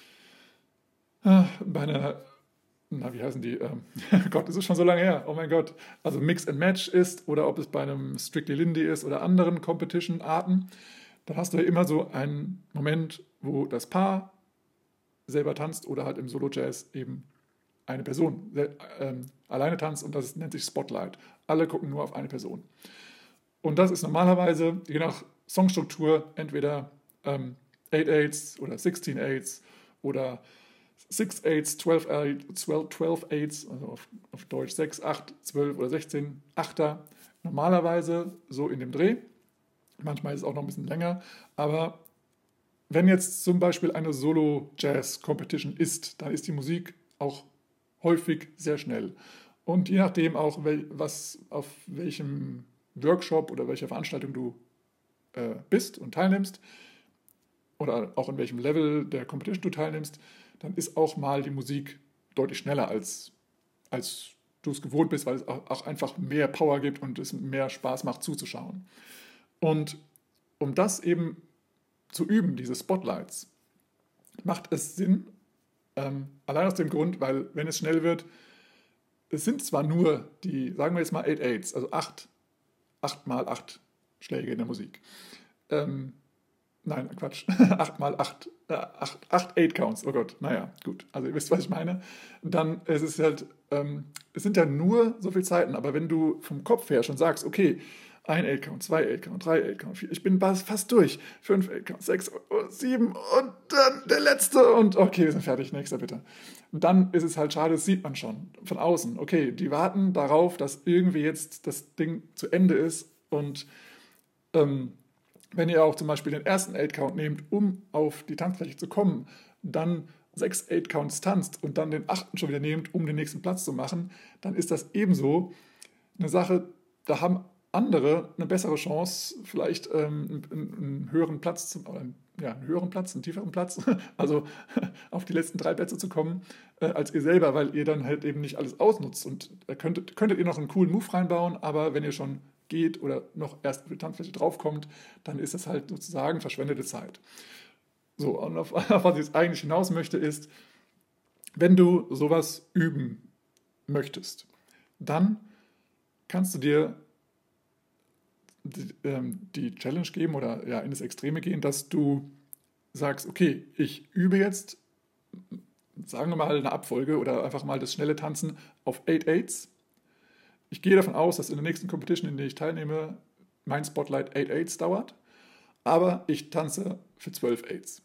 äh, bei einer, na, wie heißen die? Ähm, Gott, das ist schon so lange her, oh mein Gott. Also Mix and Match ist oder ob es bei einem Strictly Lindy ist oder anderen Competition-Arten, dann hast du ja immer so einen Moment, wo das Paar selber tanzt oder halt im Solo-Jazz eben eine Person ähm, alleine tanzt, und das nennt sich Spotlight. Alle gucken nur auf eine Person. Und das ist normalerweise, je nach Songstruktur, entweder ähm, acht Eights oder sechzehn Eights oder sechs Eights, zwölf Eights, zwölf Eights, also auf, auf Deutsch sechs, acht, zwölf oder sechzehn Achter. Normalerweise so in dem Dreh. Manchmal ist es auch noch ein bisschen länger. Aber wenn jetzt zum Beispiel eine Solo-Jazz-Competition ist, dann ist die Musik auch häufig sehr schnell. Und je nachdem auch, was, auf welchem Workshop oder welcher Veranstaltung du äh, bist und teilnimmst, oder auch in welchem Level der Competition du teilnimmst, dann ist auch mal die Musik deutlich schneller, als, als du es gewohnt bist, weil es auch einfach mehr Power gibt und es mehr Spaß macht zuzuschauen. Und um das eben zu üben, diese Spotlights, macht es Sinn, ähm, allein aus dem Grund, weil wenn es schnell wird, es sind zwar nur die, sagen wir jetzt mal acht Eights, also acht, acht mal acht Schläge in der Musik. Ähm, nein, Quatsch, acht mal acht, äh, acht, acht Eight Counts, oh Gott, naja, gut, also ihr wisst, was ich meine. Dann es ist es halt, ähm, es sind ja nur so viele Zeiten, aber wenn du vom Kopf her schon sagst, okay, ein Eight Count, zwei Eight Count, drei Eight Count, vier, ich bin fast durch, fünf Eight Count, sechs, sieben und dann der letzte und okay, wir sind fertig, nächster bitte. Dann ist es halt schade, das sieht man schon von außen. Okay, die warten darauf, dass irgendwie jetzt das Ding zu Ende ist, und ähm, wenn ihr auch zum Beispiel den ersten Eight Count nehmt, um auf die Tanzfläche zu kommen, dann sechs Eight Counts tanzt und dann den achten schon wieder nehmt, um den nächsten Platz zu machen, dann ist das ebenso eine Sache, da haben andere eine bessere Chance, vielleicht ähm, einen, einen höheren Platz, zu, oder einen, ja, einen höheren Platz, einen tieferen Platz, also auf die letzten drei Plätze zu kommen, äh, als ihr selber, weil ihr dann halt eben nicht alles ausnutzt. Und da könntet, könntet ihr noch einen coolen Move reinbauen, aber wenn ihr schon geht oder noch erst auf die Tanzfläche draufkommt, dann ist das halt sozusagen verschwendete Zeit. So, und auf, auf was ich jetzt eigentlich hinaus möchte, ist, wenn du sowas üben möchtest, dann kannst du dir die, ähm, die Challenge geben oder ja, in das Extreme gehen, dass du sagst, okay, ich übe jetzt, sagen wir mal eine Abfolge oder einfach mal das schnelle Tanzen auf acht Eights. Ich gehe davon aus, dass in der nächsten Competition, in der ich teilnehme, mein Spotlight acht Eights dauert, aber ich tanze für zwölf Eights.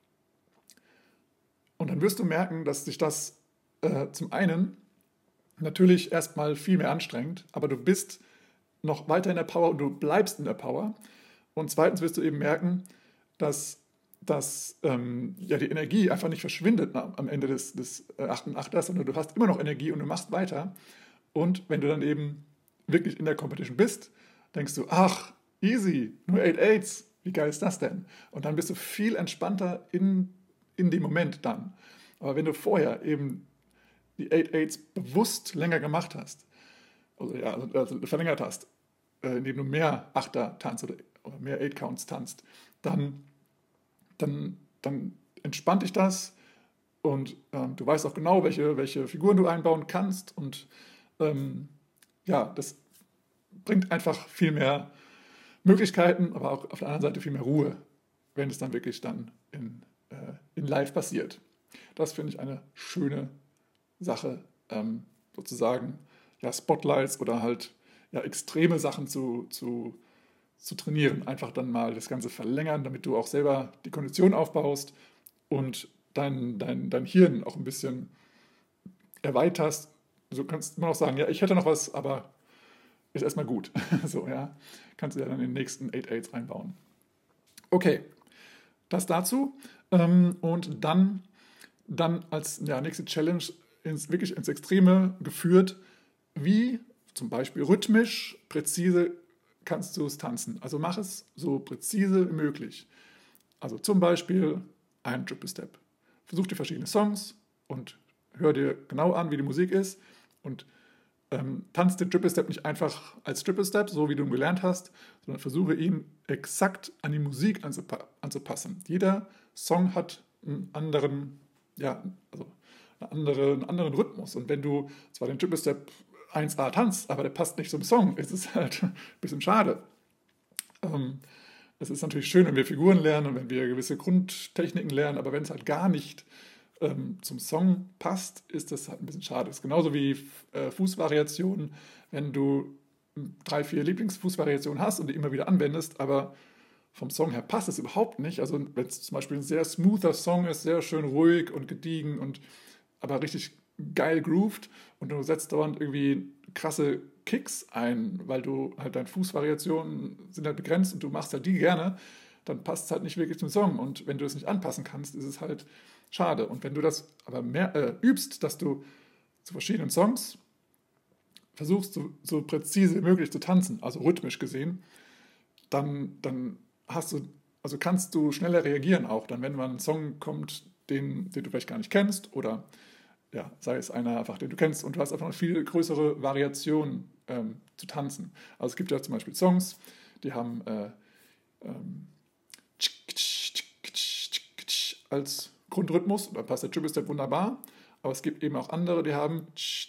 Und dann wirst du merken, dass sich das äh, zum einen natürlich erstmal viel mehr anstrengt, aber du bist noch weiter in der Power und du bleibst in der Power. Und zweitens wirst du eben merken, dass, dass ähm, ja, die Energie einfach nicht verschwindet am Ende des, des äh, achten Achters, sondern du hast immer noch Energie und du machst weiter. Und wenn du dann eben wirklich in der Competition bist, denkst du, ach, easy, nur acht Eights, wie geil ist das denn? Und dann bist du viel entspannter in, in dem Moment dann. Aber wenn du vorher eben die acht Eights bewusst länger gemacht hast, also, ja, also verlängert hast, äh, indem du mehr Achter tanzt oder, oder mehr Eight Counts tanzt, dann, dann, dann entspannt dich das, und ähm, du weißt auch genau, welche, welche Figuren du einbauen kannst, und ähm, ja, das bringt einfach viel mehr Möglichkeiten, aber auch auf der anderen Seite viel mehr Ruhe, wenn es dann wirklich dann in, äh, in live passiert. Das finde ich eine schöne Sache, ähm, sozusagen, ja, Spotlights oder halt ja, extreme Sachen zu, zu, zu trainieren. Einfach dann mal das Ganze verlängern, damit du auch selber die Kondition aufbaust und dein, dein, dein Hirn auch ein bisschen erweiterst. Du kannst immer noch sagen, ja, ich hätte noch was, aber ist erstmal gut. So, ja. Kannst du ja dann in den nächsten acht Eights einbauen. Okay, das dazu. Und dann, dann als ja, nächste Challenge ins, wirklich ins Extreme geführt, wie zum Beispiel rhythmisch, präzise kannst du es tanzen. Also mach es so präzise wie möglich. Also zum Beispiel ein Triple Step. Versuch dir verschiedene Songs und hör dir genau an, wie die Musik ist und ähm, tanz den Triple Step nicht einfach als Triple Step, so wie du ihn gelernt hast, sondern versuche ihn exakt an die Musik anzupa- anzupassen. Jeder Song hat einen anderen, ja, also eine andere, einen anderen Rhythmus. Und wenn du zwar den Triple Step eins a tanzt, aber der passt nicht zum Song, ist es halt ein bisschen schade. Ähm, es ist natürlich schön, wenn wir Figuren lernen und wenn wir gewisse Grundtechniken lernen, aber wenn es halt gar nicht ähm, zum Song passt, ist das halt ein bisschen schade. Das ist genauso wie äh, Fußvariationen, wenn du drei, vier Lieblingsfußvariationen hast und die immer wieder anwendest, aber vom Song her passt es überhaupt nicht. Also wenn es zum Beispiel ein sehr smoother Song ist, sehr schön ruhig und gediegen und aber richtig geil grooved und du setzt dauernd irgendwie krasse Kicks ein, weil du halt deine Fußvariationen sind halt begrenzt und du machst halt die gerne, dann passt es halt nicht wirklich zum Song. Und wenn du das nicht anpassen kannst, ist es halt schade. Und wenn du das aber mehr äh, übst, dass du zu verschiedenen Songs versuchst, so, so präzise wie möglich zu tanzen, also rhythmisch gesehen, dann, dann hast du, also kannst du schneller reagieren auch. Dann, wenn mal ein Song kommt, den, den du vielleicht gar nicht kennst oder ja, sei es einer einfach, den du kennst und du hast einfach eine viel größere Variation ähm, zu tanzen. Also es gibt ja zum Beispiel Songs, die haben äh, ähm, als Grundrhythmus, da passt der Triple Step wunderbar, aber es gibt eben auch andere, die haben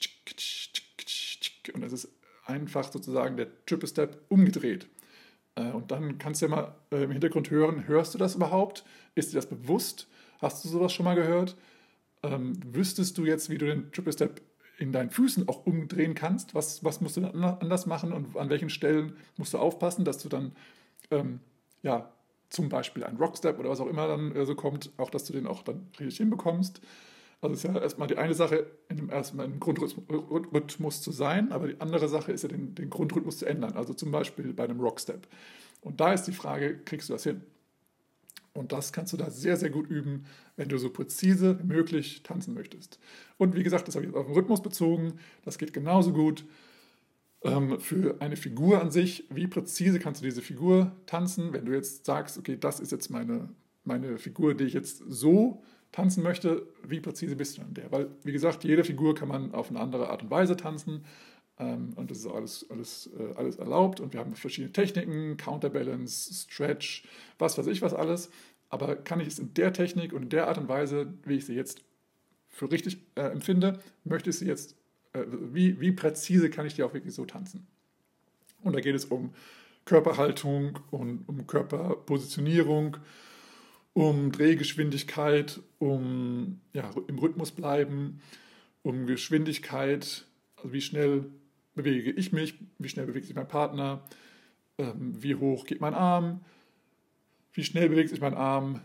und das ist einfach sozusagen der Triple Step umgedreht. Äh, und dann kannst du ja mal äh, im Hintergrund hören, hörst du das überhaupt? Ist dir das bewusst? Hast du sowas schon mal gehört? Ähm, wüsstest du jetzt, wie du den Triple Step in deinen Füßen auch umdrehen kannst? Was, was musst du dann anders machen und an welchen Stellen musst du aufpassen, dass du dann ähm, ja, zum Beispiel einen Rockstep oder was auch immer dann äh, so kommt, auch dass du den auch dann richtig hinbekommst. Also ist ja erstmal die eine Sache, in dem erstmal im Grundrhythmus zu sein, aber die andere Sache ist ja den, den Grundrhythmus zu ändern, also zum Beispiel bei einem Rockstep. Und da ist die Frage, kriegst du das hin? Und das kannst du da sehr, sehr gut üben, wenn du so präzise wie möglich tanzen möchtest. Und wie gesagt, das habe ich jetzt auf den Rhythmus bezogen. Das geht genauso gut ähm, für eine Figur an sich. Wie präzise kannst du diese Figur tanzen? Wenn du jetzt sagst, okay, das ist jetzt meine, meine Figur, die ich jetzt so tanzen möchte, wie präzise bist du an der? Weil, wie gesagt, jede Figur kann man auf eine andere Art und Weise tanzen. Und das ist alles, alles, alles erlaubt. Und wir haben verschiedene Techniken, Counterbalance, Stretch, was weiß ich was alles. Aber kann ich es in der Technik und in der Art und Weise, wie ich sie jetzt für richtig äh, empfinde, möchte ich sie jetzt, äh, wie, wie präzise kann ich die auch wirklich so tanzen? Und da geht es um Körperhaltung und um Körperpositionierung, um Drehgeschwindigkeit, um ja, im Rhythmus bleiben, um Geschwindigkeit, also wie schnell bewege ich mich, wie schnell bewegt sich mein Partner, ähm, wie hoch geht mein Arm, wie schnell bewegt sich mein Arm,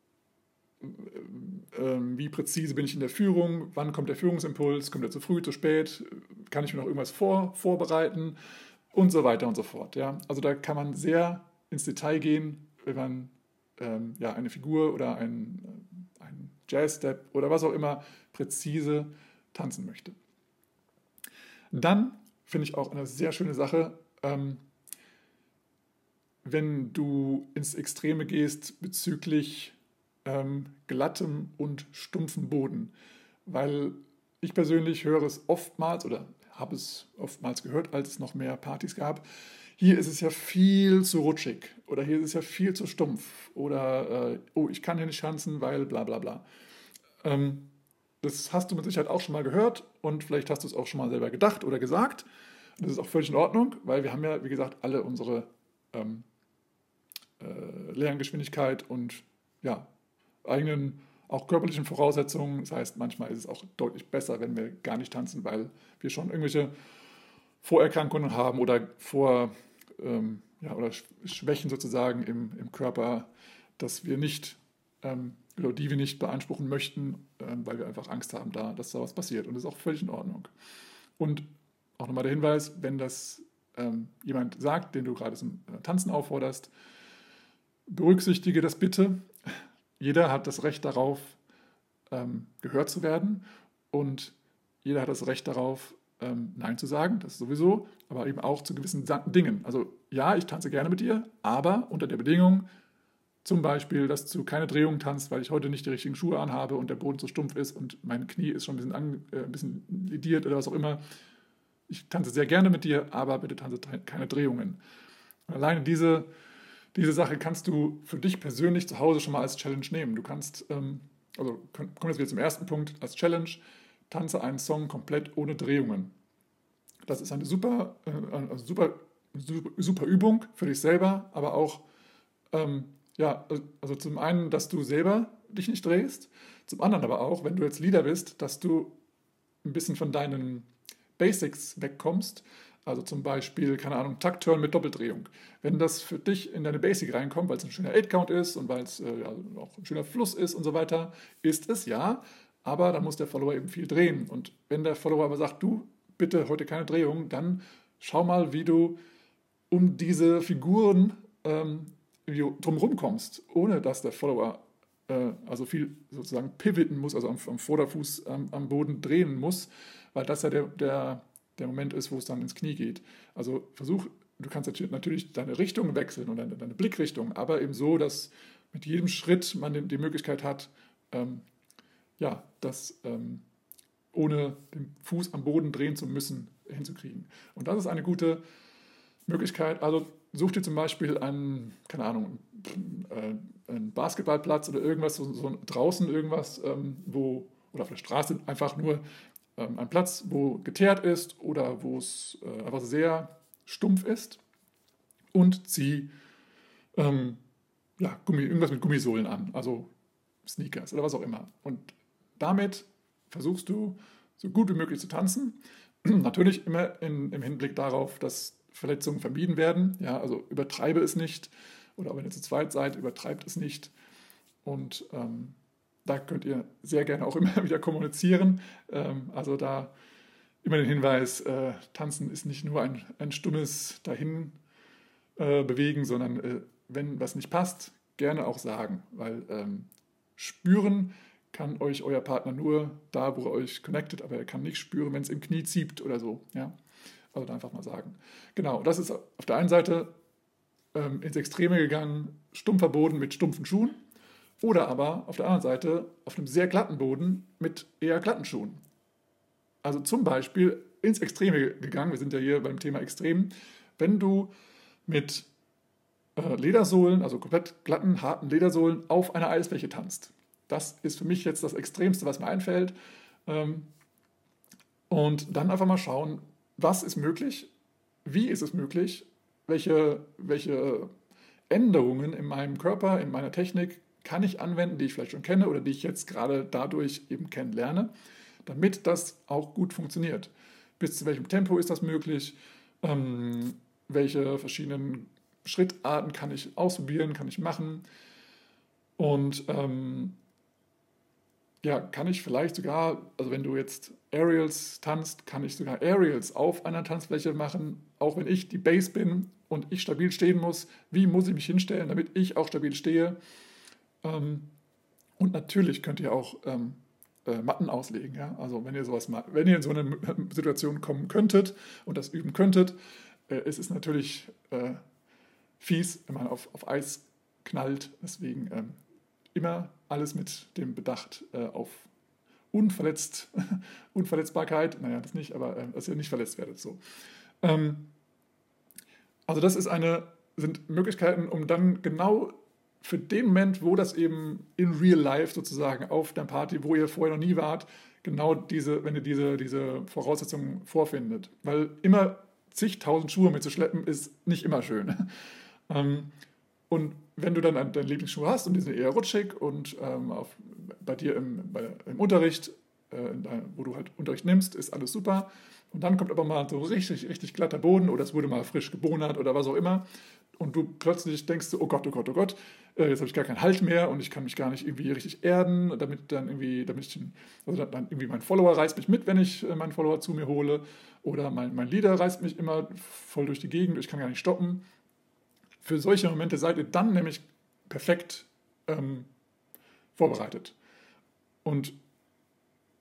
ähm, wie präzise bin ich in der Führung, wann kommt der Führungsimpuls, kommt er zu früh, zu spät, kann ich mir noch irgendwas vor, vorbereiten und so weiter und so fort. Ja? Also da kann man sehr ins Detail gehen, wenn man ähm, ja, eine Figur oder ein, ein Jazz-Step oder was auch immer präzise tanzen möchte. Dann finde ich auch eine sehr schöne Sache, ähm, wenn du ins Extreme gehst bezüglich ähm, glattem und stumpfem Boden. Weil ich persönlich höre es oftmals oder habe es oftmals gehört, als es noch mehr Partys gab. Hier ist es ja viel zu rutschig oder hier ist es ja viel zu stumpf oder äh, oh, ich kann hier nicht tanzen, weil bla bla bla. Ähm, Das hast du mit Sicherheit auch schon mal gehört und vielleicht hast du es auch schon mal selber gedacht oder gesagt. Das ist auch völlig in Ordnung, weil wir haben ja, wie gesagt, alle unsere ähm, äh, Lerngeschwindigkeit und ja, eigenen, auch körperlichen Voraussetzungen. Das heißt, manchmal ist es auch deutlich besser, wenn wir gar nicht tanzen, weil wir schon irgendwelche Vorerkrankungen haben oder vor ähm, ja, oder Schwächen sozusagen im, im Körper, dass wir nicht ähm, oder die wir nicht beanspruchen möchten, ähm, weil wir einfach Angst haben, da, dass da was passiert. Und das ist auch völlig in Ordnung. Und auch nochmal der Hinweis, wenn das ähm, jemand sagt, den du gerade zum Tanzen aufforderst, berücksichtige das bitte. Jeder hat das Recht darauf, ähm, gehört zu werden. Und jeder hat das Recht darauf, ähm, Nein zu sagen, das sowieso, aber eben auch zu gewissen Dingen. Also ja, ich tanze gerne mit dir, aber unter der Bedingung, zum Beispiel, dass du keine Drehung tanzt, weil ich heute nicht die richtigen Schuhe anhabe und der Boden so stumpf ist und mein Knie ist schon ein bisschen, an, äh, ein bisschen lidiert oder was auch immer. Ich tanze sehr gerne mit dir, aber bitte tanze keine Drehungen. Und alleine diese, diese Sache kannst du für dich persönlich zu Hause schon mal als Challenge nehmen. Du kannst, ähm, also kommen jetzt wieder zum ersten Punkt, als Challenge, tanze einen Song komplett ohne Drehungen. Das ist eine super, äh, eine super, super, super Übung für dich selber, aber auch, ähm, ja, also zum einen, dass du selber dich nicht drehst, zum anderen aber auch, wenn du jetzt Leader bist, dass du ein bisschen von deinen Basics wegkommst, also zum Beispiel, keine Ahnung, Takt-Turn mit Doppeldrehung. Wenn das für dich in deine Basic reinkommt, weil es ein schöner Eight-Count ist und weil es äh, ja, auch ein schöner Fluss ist und so weiter, ist es ja, aber dann muss der Follower eben viel drehen. Und wenn der Follower aber sagt, du, bitte heute keine Drehung, dann schau mal, wie du um diese Figuren ähm, drumherum kommst, ohne dass der Follower äh, also viel sozusagen pivoten muss, also am, am Vorderfuß am, am Boden drehen muss, weil das ja der, der, der Moment ist, wo es dann ins Knie geht. Also versuch, du kannst natürlich deine Richtung wechseln und deine, deine Blickrichtung, aber eben so, dass mit jedem Schritt man die, die Möglichkeit hat, ähm, ja, das ähm, ohne den Fuß am Boden drehen zu müssen, hinzukriegen. Und das ist eine gute Möglichkeit. Also such dir zum Beispiel einen, keine Ahnung, äh, einen Basketballplatz oder irgendwas, so, so draußen irgendwas, ähm, wo, oder auf der Straße einfach nur ähm, ein Platz, wo geteert ist oder wo es äh, einfach sehr stumpf ist und zieh ähm, ja, Gummi, irgendwas mit Gummisohlen an, also Sneakers oder was auch immer. Und damit versuchst du, so gut wie möglich zu tanzen. Natürlich immer in, im Hinblick darauf, dass Verletzungen vermieden werden. Ja, also übertreibe es nicht. Oder wenn ihr zu zweit seid, übertreibt es nicht. Und ähm, da könnt ihr sehr gerne auch immer wieder kommunizieren. Ähm, also da immer den Hinweis, äh, Tanzen ist nicht nur ein, ein stummes Dahin äh, bewegen, sondern äh, wenn was nicht passt, gerne auch sagen. Weil ähm, spüren kann euch euer Partner nur da, wo er euch connectet, aber er kann nicht spüren, wenn es im Knie zieht oder so. Ja? Also einfach mal sagen. Genau, das ist auf der einen Seite ähm, ins Extreme gegangen, stumpfer Boden mit stumpfen Schuhen oder aber auf der anderen Seite auf einem sehr glatten Boden mit eher glatten Schuhen. Also zum Beispiel ins Extreme gegangen, wir sind ja hier beim Thema Extrem, wenn du mit äh, Ledersohlen, also komplett glatten, harten Ledersohlen auf einer Eisfläche tanzt. Das ist für mich jetzt das Extremste, was mir einfällt. Und dann einfach mal schauen, was ist möglich, wie ist es möglich, welche, welche Änderungen in meinem Körper, in meiner Technik kann ich anwenden, die ich vielleicht schon kenne oder die ich jetzt gerade dadurch eben kennenlerne, damit das auch gut funktioniert. Bis zu welchem Tempo ist das möglich? Ähm, welche verschiedenen Schrittarten kann ich ausprobieren, kann ich machen? Und ähm, ja, kann ich vielleicht sogar, also wenn du jetzt Aerials tanzt, kann ich sogar Aerials auf einer Tanzfläche machen, auch wenn ich die Base bin und ich stabil stehen muss. Wie muss ich mich hinstellen, damit ich auch stabil stehe? Ähm, und natürlich könnt ihr auch ähm, äh, Matten auslegen. Ja? Also wenn ihr sowas mal, wenn ihr in so eine Situation kommen könntet und das üben könntet, äh, es ist natürlich äh, fies, wenn man auf, auf Eis knallt. Deswegen ähm, immer alles mit dem Bedacht äh, auf Unverletzt, Unverletzbarkeit. Naja, das nicht, aber äh, dass ihr nicht verletzt werdet. So. Ähm, also das ist eine, sind Möglichkeiten, um dann genau für den Moment, wo das eben in real life sozusagen auf der Party, wo ihr vorher noch nie wart, genau diese, wenn ihr diese, diese Voraussetzungen vorfindet. Weil immer zigtausend Schuhe mitzuschleppen, ist nicht immer schön. ähm, und wenn du dann deine Lieblingsschuhe hast und die sind eher rutschig und ähm, auf, bei dir im, bei, im Unterricht, äh, dein, wo du halt Unterricht nimmst, ist alles super. Und dann kommt aber mal so richtig, richtig glatter Boden oder es wurde mal frisch gebonert oder was auch immer. Und du plötzlich denkst, oh Gott, oh Gott, oh Gott, äh, jetzt habe ich gar keinen Halt mehr und ich kann mich gar nicht irgendwie richtig erden, damit dann irgendwie, damit ich, also dann irgendwie mein Follower reißt mich mit, wenn ich äh, meinen Follower zu mir hole. Oder mein, mein Leader reißt mich immer voll durch die Gegend, ich kann gar nicht stoppen. Für solche Momente seid ihr dann nämlich perfekt ähm, vorbereitet. Und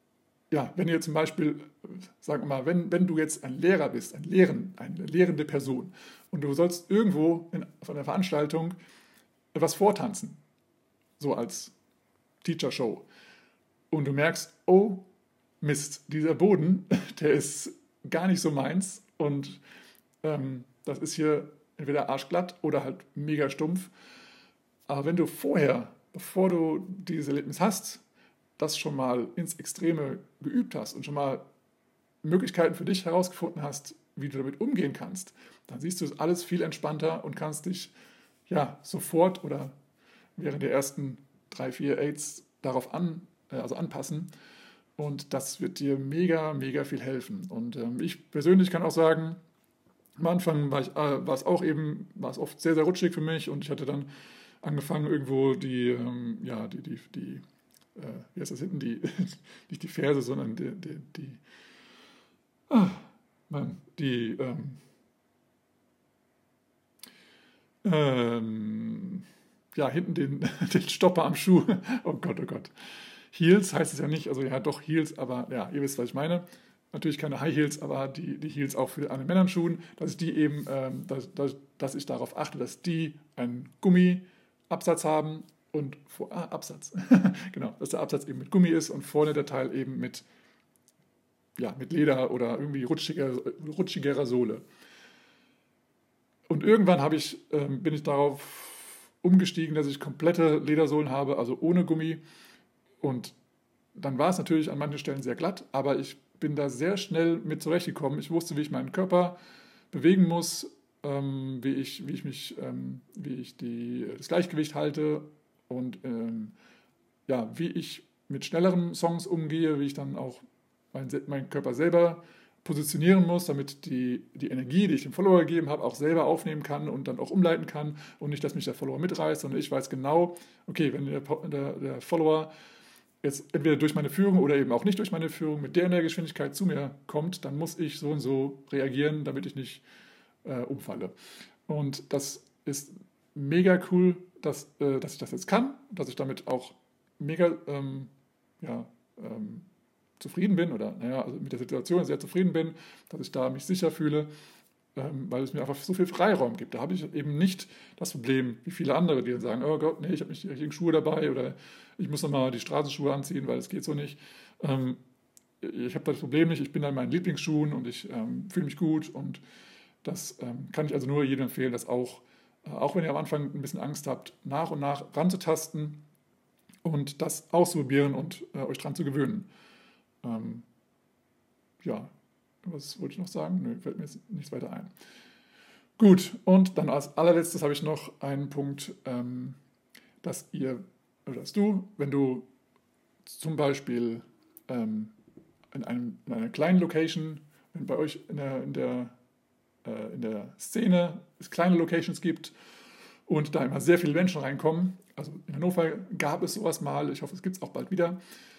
ja, wenn ihr zum Beispiel, sagen wir mal, wenn, wenn du jetzt ein Lehrer bist, ein Lehren, eine lehrende Person und du sollst irgendwo in, auf einer Veranstaltung etwas vortanzen, so als Teacher-Show, und du merkst, oh Mist, dieser Boden, der ist gar nicht so meins und ähm, das ist hier entweder arschglatt oder halt mega stumpf. Aber wenn du vorher, bevor du dieses Erlebnis hast, das schon mal ins Extreme geübt hast und schon mal Möglichkeiten für dich herausgefunden hast, wie du damit umgehen kannst, dann siehst du es alles viel entspannter und kannst dich ja sofort oder während der ersten drei, vier Aids darauf an, äh, also anpassen. Und das wird dir mega, mega viel helfen. Und ähm, ich persönlich kann auch sagen, am Anfang war, ich, äh, war es auch eben, war es oft sehr, sehr rutschig für mich und ich hatte dann angefangen irgendwo die, ähm, ja, die, die, die äh, wie heißt das hinten, die, nicht die Ferse, sondern die, die, die, ah, Mann, die, ähm, ähm, ja, hinten den, den Stopper am Schuh, oh Gott, oh Gott. Heels heißt es ja nicht, also ja doch Heels, aber ja, ihr wisst, was ich meine. Natürlich keine High Heels, aber die, die Heels auch für alle Männerschuhen, dass ich die eben, ähm, dass, dass, dass ich darauf achte, dass die einen Gummiabsatz haben und vor, ah, Absatz, genau, dass der Absatz eben mit Gummi ist und vorne der Teil eben mit, ja, mit Leder oder irgendwie rutschiger, rutschigerer Sohle. Und irgendwann habe ich, ähm, bin ich darauf umgestiegen, dass ich komplette Ledersohlen habe, also ohne Gummi. Und dann war es natürlich an manchen Stellen sehr glatt, aber ich bin da sehr schnell mit zurechtgekommen. Ich wusste, wie ich meinen Körper bewegen muss, ähm, wie, ich, wie ich mich, ähm, wie ich die, das Gleichgewicht halte und ähm, ja, wie ich mit schnelleren Songs umgehe, wie ich dann auch meinen, meinen Körper selber positionieren muss, damit die, die Energie, die ich dem Follower gegeben habe, auch selber aufnehmen kann und dann auch umleiten kann und nicht, dass mich der Follower mitreißt, sondern ich weiß genau, okay, wenn der, der, der Follower jetzt entweder durch meine Führung oder eben auch nicht durch meine Führung mit der in der Geschwindigkeit zu mir kommt, dann muss ich so und so reagieren, damit ich nicht äh, umfalle. Und das ist mega cool, dass, äh, dass ich das jetzt kann, dass ich damit auch mega ähm, ja, ähm, zufrieden bin oder naja, also mit der Situation sehr zufrieden bin, dass ich da mich sicher fühle, ähm, weil es mir einfach so viel Freiraum gibt. Da habe ich eben nicht das Problem, wie viele andere, die dann sagen, oh Gott, nee, ich habe nicht die richtigen Schuhe dabei oder ich muss nochmal die Straßenschuhe anziehen, weil es geht so nicht. Ähm, ich habe das Problem nicht, ich bin an meinen Lieblingsschuhen und ich ähm, fühle mich gut und das ähm, kann ich also nur jedem empfehlen, das auch, äh, auch wenn ihr am Anfang ein bisschen Angst habt, nach und nach ranzutasten und das auszuprobieren und äh, euch dran zu gewöhnen. Ähm, ja, was wollte ich noch sagen? Nö, fällt mir jetzt nichts weiter ein. Gut, und dann als allerletztes habe ich noch einen Punkt, ähm, dass ihr, oder dass du, wenn du zum Beispiel ähm, in, einem, in einer kleinen Location, wenn bei euch in der, in der, äh, in der Szene es kleine Locations gibt und da immer sehr viele Menschen reinkommen, also in Hannover gab es sowas mal, ich hoffe, es gibt es auch bald wieder,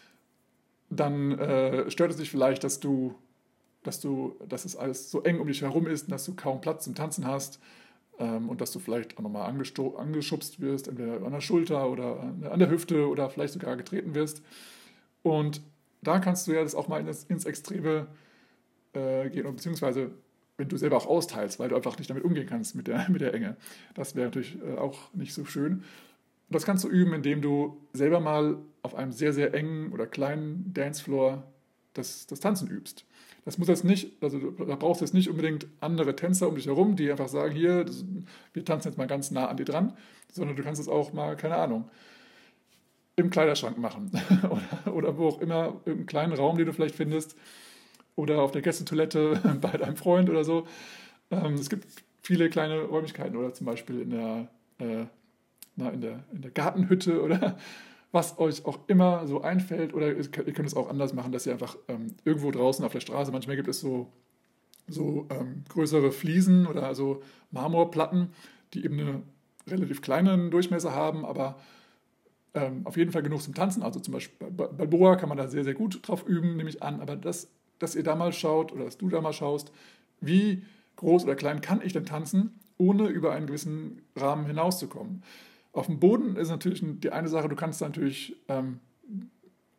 dann äh, stört es dich vielleicht, dass du, dass du, dass es alles so eng um dich herum ist und dass du kaum Platz zum Tanzen hast ähm, und dass du vielleicht auch nochmal angeschubst wirst, entweder an der Schulter oder an der Hüfte oder vielleicht sogar getreten wirst. Und da kannst du ja das auch mal ins, ins Extreme äh, gehen, beziehungsweise wenn du selber auch austeilst, weil du einfach nicht damit umgehen kannst mit der, mit der Enge. Das wäre natürlich äh, auch nicht so schön. Und das kannst du üben, indem du selber mal auf einem sehr, sehr engen oder kleinen Dancefloor das, das Tanzen übst. Das muss jetzt nicht, also da brauchst du jetzt nicht unbedingt andere Tänzer um dich herum, die einfach sagen, hier, das, wir tanzen jetzt mal ganz nah an dir dran, sondern du kannst es auch mal, keine Ahnung, im Kleiderschrank machen oder, oder wo auch immer, irgendeinen kleinen Raum, den du vielleicht findest oder auf der Gästetoilette bei deinem Freund oder so. Ähm, es gibt viele kleine Räumlichkeiten oder zum Beispiel in der, äh, na, in der, in der Gartenhütte oder was euch auch immer so einfällt, oder ihr könnt es auch anders machen, dass ihr einfach ähm, irgendwo draußen auf der Straße, manchmal gibt es so, so ähm, größere Fliesen oder so Marmorplatten, die eben einen relativ kleinen Durchmesser haben, aber ähm, auf jeden Fall genug zum Tanzen. Also zum Beispiel bei Balboa kann man da sehr, sehr gut drauf üben, nehme ich an, aber das, dass ihr da mal schaut oder dass du da mal schaust, wie groß oder klein kann ich denn tanzen, ohne über einen gewissen Rahmen hinauszukommen. Auf dem Boden ist natürlich die eine Sache, du kannst natürlich ähm,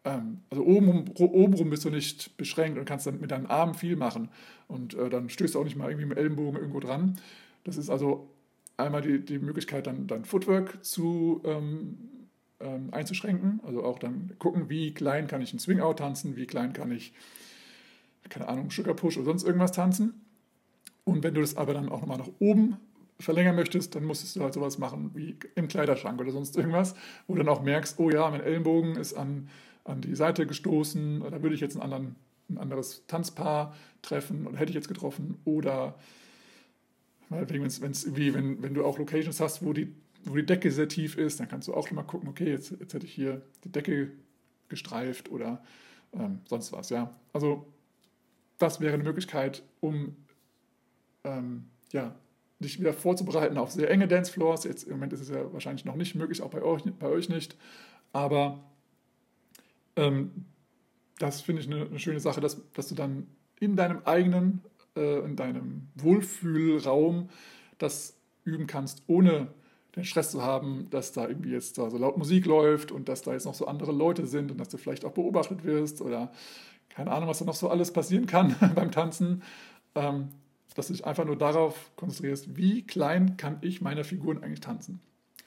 ähm, also oben, obenrum bist du nicht beschränkt und kannst dann mit deinen Armen viel machen. Und äh, dann stößt du auch nicht mal irgendwie mit dem Ellenbogen irgendwo dran. Das ist also einmal die, die Möglichkeit, dann, dann Footwork zu, ähm, ähm, einzuschränken. Also auch dann gucken, wie klein kann ich einen Swing-Out tanzen, wie klein kann ich, keine Ahnung, Sugar Push oder sonst irgendwas tanzen. Und wenn du das aber dann auch nochmal nach oben verlängern möchtest, dann musstest du halt sowas machen wie im Kleiderschrank oder sonst irgendwas, wo du dann auch merkst, oh ja, mein Ellenbogen ist an, an die Seite gestoßen, da würde ich jetzt einen anderen, ein anderes Tanzpaar treffen oder hätte ich jetzt getroffen. Oder wenn's, wenn's, wie, wenn, wenn du auch Locations hast, wo die, wo die Decke sehr tief ist, dann kannst du auch schon mal gucken, okay, jetzt, jetzt hätte ich hier die Decke gestreift oder ähm, sonst was. Ja. Also das wäre eine Möglichkeit, um ähm, ja, dich wieder vorzubereiten auf sehr enge Dancefloors. Jetzt im Moment ist es ja wahrscheinlich noch nicht möglich, auch bei euch, bei euch nicht. Aber ähm, das finde ich eine, eine schöne Sache, dass, dass du dann in deinem eigenen, äh, in deinem Wohlfühlraum das üben kannst, ohne den Stress zu haben, dass da irgendwie jetzt da so laut Musik läuft und dass da jetzt noch so andere Leute sind und dass du vielleicht auch beobachtet wirst oder keine Ahnung, was da noch so alles passieren kann beim Tanzen. Ähm, dass du dich einfach nur darauf konzentrierst, wie klein kann ich meiner Figuren eigentlich tanzen.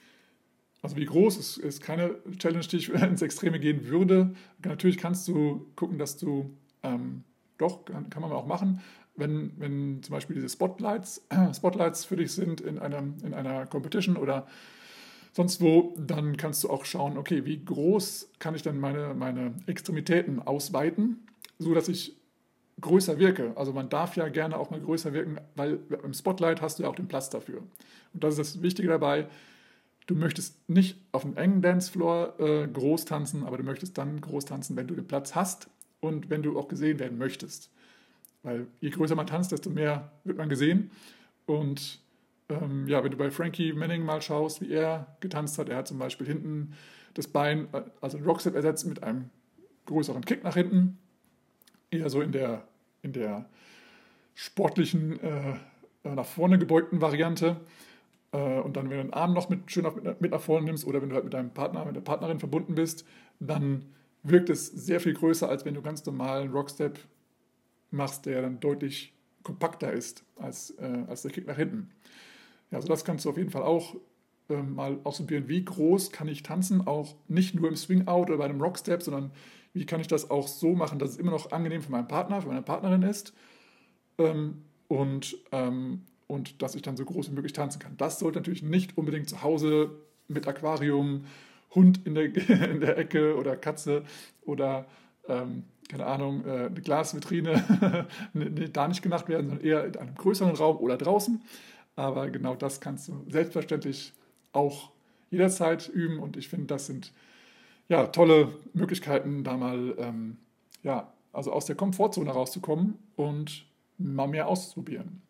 Also wie groß ist, ist keine Challenge, die ich ins Extreme gehen würde. Natürlich kannst du gucken, dass du, ähm, doch, kann, kann man auch machen, wenn, wenn zum Beispiel diese Spotlights, äh, Spotlights für dich sind in, einem, in einer Competition oder sonst wo, dann kannst du auch schauen, okay, wie groß kann ich denn meine, meine Extremitäten ausweiten, so dass ich größer wirke. Also man darf ja gerne auch mal größer wirken, weil im Spotlight hast du ja auch den Platz dafür. Und das ist das Wichtige dabei. Du möchtest nicht auf einem engen Dancefloor äh, groß tanzen, aber du möchtest dann groß tanzen, wenn du den Platz hast und wenn du auch gesehen werden möchtest. Weil je größer man tanzt, desto mehr wird man gesehen. Und ähm, ja, wenn du bei Frankie Manning mal schaust, wie er getanzt hat, er hat zum Beispiel hinten das Bein, also ein Rockstep ersetzt mit einem größeren Kick nach hinten, eher so in der, in der sportlichen, äh, nach vorne gebeugten Variante. Äh, und dann, wenn du den Arm noch mit, schön auf, mit, mit nach vorne nimmst oder wenn du halt mit deinem Partner, mit der Partnerin verbunden bist, dann wirkt es sehr viel größer, als wenn du ganz normal einen Rockstep machst, der dann deutlich kompakter ist als, äh, als der Kick nach hinten. Ja, also das kannst du auf jeden Fall auch äh, mal ausprobieren. Wie groß kann ich tanzen? Auch nicht nur im Swing-Out oder bei einem Rockstep, sondern wie kann ich das auch so machen, dass es immer noch angenehm für meinen Partner, für meine Partnerin ist ähm, und, ähm, und dass ich dann so groß wie möglich tanzen kann. Das sollte natürlich nicht unbedingt zu Hause mit Aquarium, Hund in der, in der Ecke oder Katze oder, ähm, keine Ahnung, äh, eine Glasvitrine da nicht gemacht werden, sondern eher in einem größeren Raum oder draußen. Aber genau das kannst du selbstverständlich auch jederzeit üben und ich finde, das sind ja, tolle Möglichkeiten, da mal ähm, ja, also aus der Komfortzone rauszukommen und mal mehr auszuprobieren.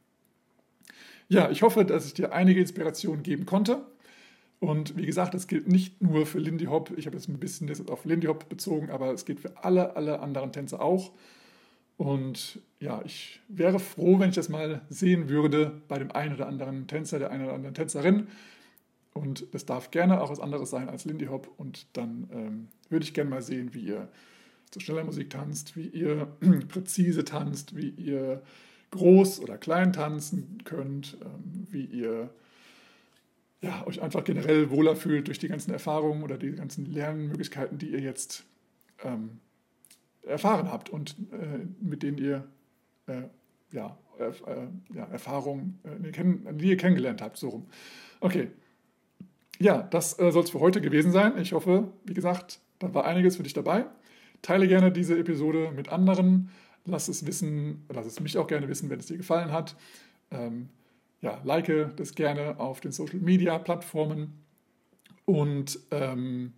Ja, ich hoffe, dass ich dir einige Inspirationen geben konnte. Und wie gesagt, das gilt nicht nur für Lindy Hop. Ich habe jetzt ein bisschen das auf Lindy Hop bezogen, aber es gilt für alle, alle anderen Tänze auch. Und ja, ich wäre froh, wenn ich das mal sehen würde bei dem einen oder anderen Tänzer, der einen oder anderen Tänzerin. Und das darf gerne auch was anderes sein als Lindy Hop. Und dann ähm, würde ich gerne mal sehen, wie ihr zu schneller Musik tanzt, wie ihr präzise tanzt, wie ihr groß oder klein tanzen könnt, ähm, wie ihr ja, euch einfach generell wohler fühlt durch die ganzen Erfahrungen oder die ganzen Lernmöglichkeiten, die ihr jetzt ähm, erfahren habt und äh, mit denen ihr äh, ja, äh, ja, Erfahrungen, äh, die ihr kennengelernt habt. So rum. Okay. Ja, das äh, soll es für heute gewesen sein. Ich hoffe, wie gesagt, da war einiges für dich dabei. Teile gerne diese Episode mit anderen. Lass es wissen, lass es mich auch gerne wissen, wenn es dir gefallen hat. Ähm, ja, like das gerne auf den Social Media Plattformen. Und ähm,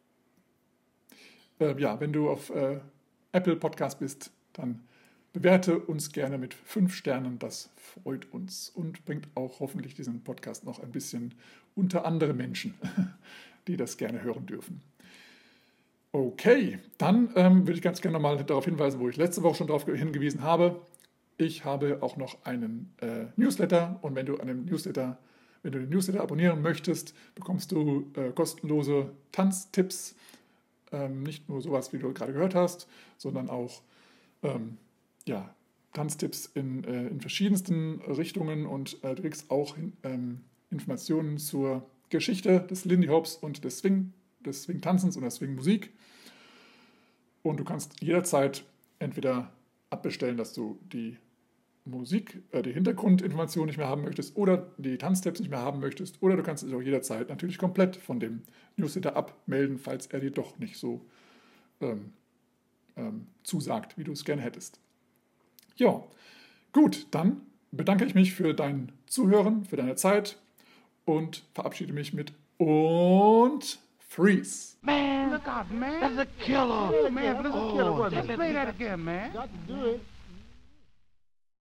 äh, ja, wenn du auf äh, Apple Podcast bist, dann bewerte uns gerne mit fünf Sternen. Das freut uns und bringt auch hoffentlich diesen Podcast noch ein bisschen unter andere Menschen, die das gerne hören dürfen. Okay, dann ähm, würde ich ganz gerne nochmal darauf hinweisen, wo ich letzte Woche schon darauf hingewiesen habe. Ich habe auch noch einen äh, Newsletter und wenn du einen Newsletter, wenn du den Newsletter abonnieren möchtest, bekommst du äh, kostenlose Tanztipps Ähm, nicht nur sowas, wie du gerade gehört hast, sondern auch ähm, ja, Tanztipps in, äh, in verschiedensten Richtungen und äh, du kriegst auch ähm, Informationen zur Geschichte des Lindy Hops und des Swing, des Swing-Tanzens und der Swing-Musik. Und du kannst jederzeit entweder abbestellen, dass du die Musik, äh, die Hintergrundinformation nicht mehr haben möchtest oder die Tanztipps nicht mehr haben möchtest, oder du kannst dich auch jederzeit natürlich komplett von dem Newsletter abmelden, falls er dir doch nicht so ähm, ähm, zusagt, wie du es gerne hättest. Ja, gut, dann bedanke ich mich für dein Zuhören, für deine Zeit und verabschiede mich mit und Freeze. Man, look out, man. That's a killer. Oh, man, that's a killer. Let's play that again, man. Got to do it.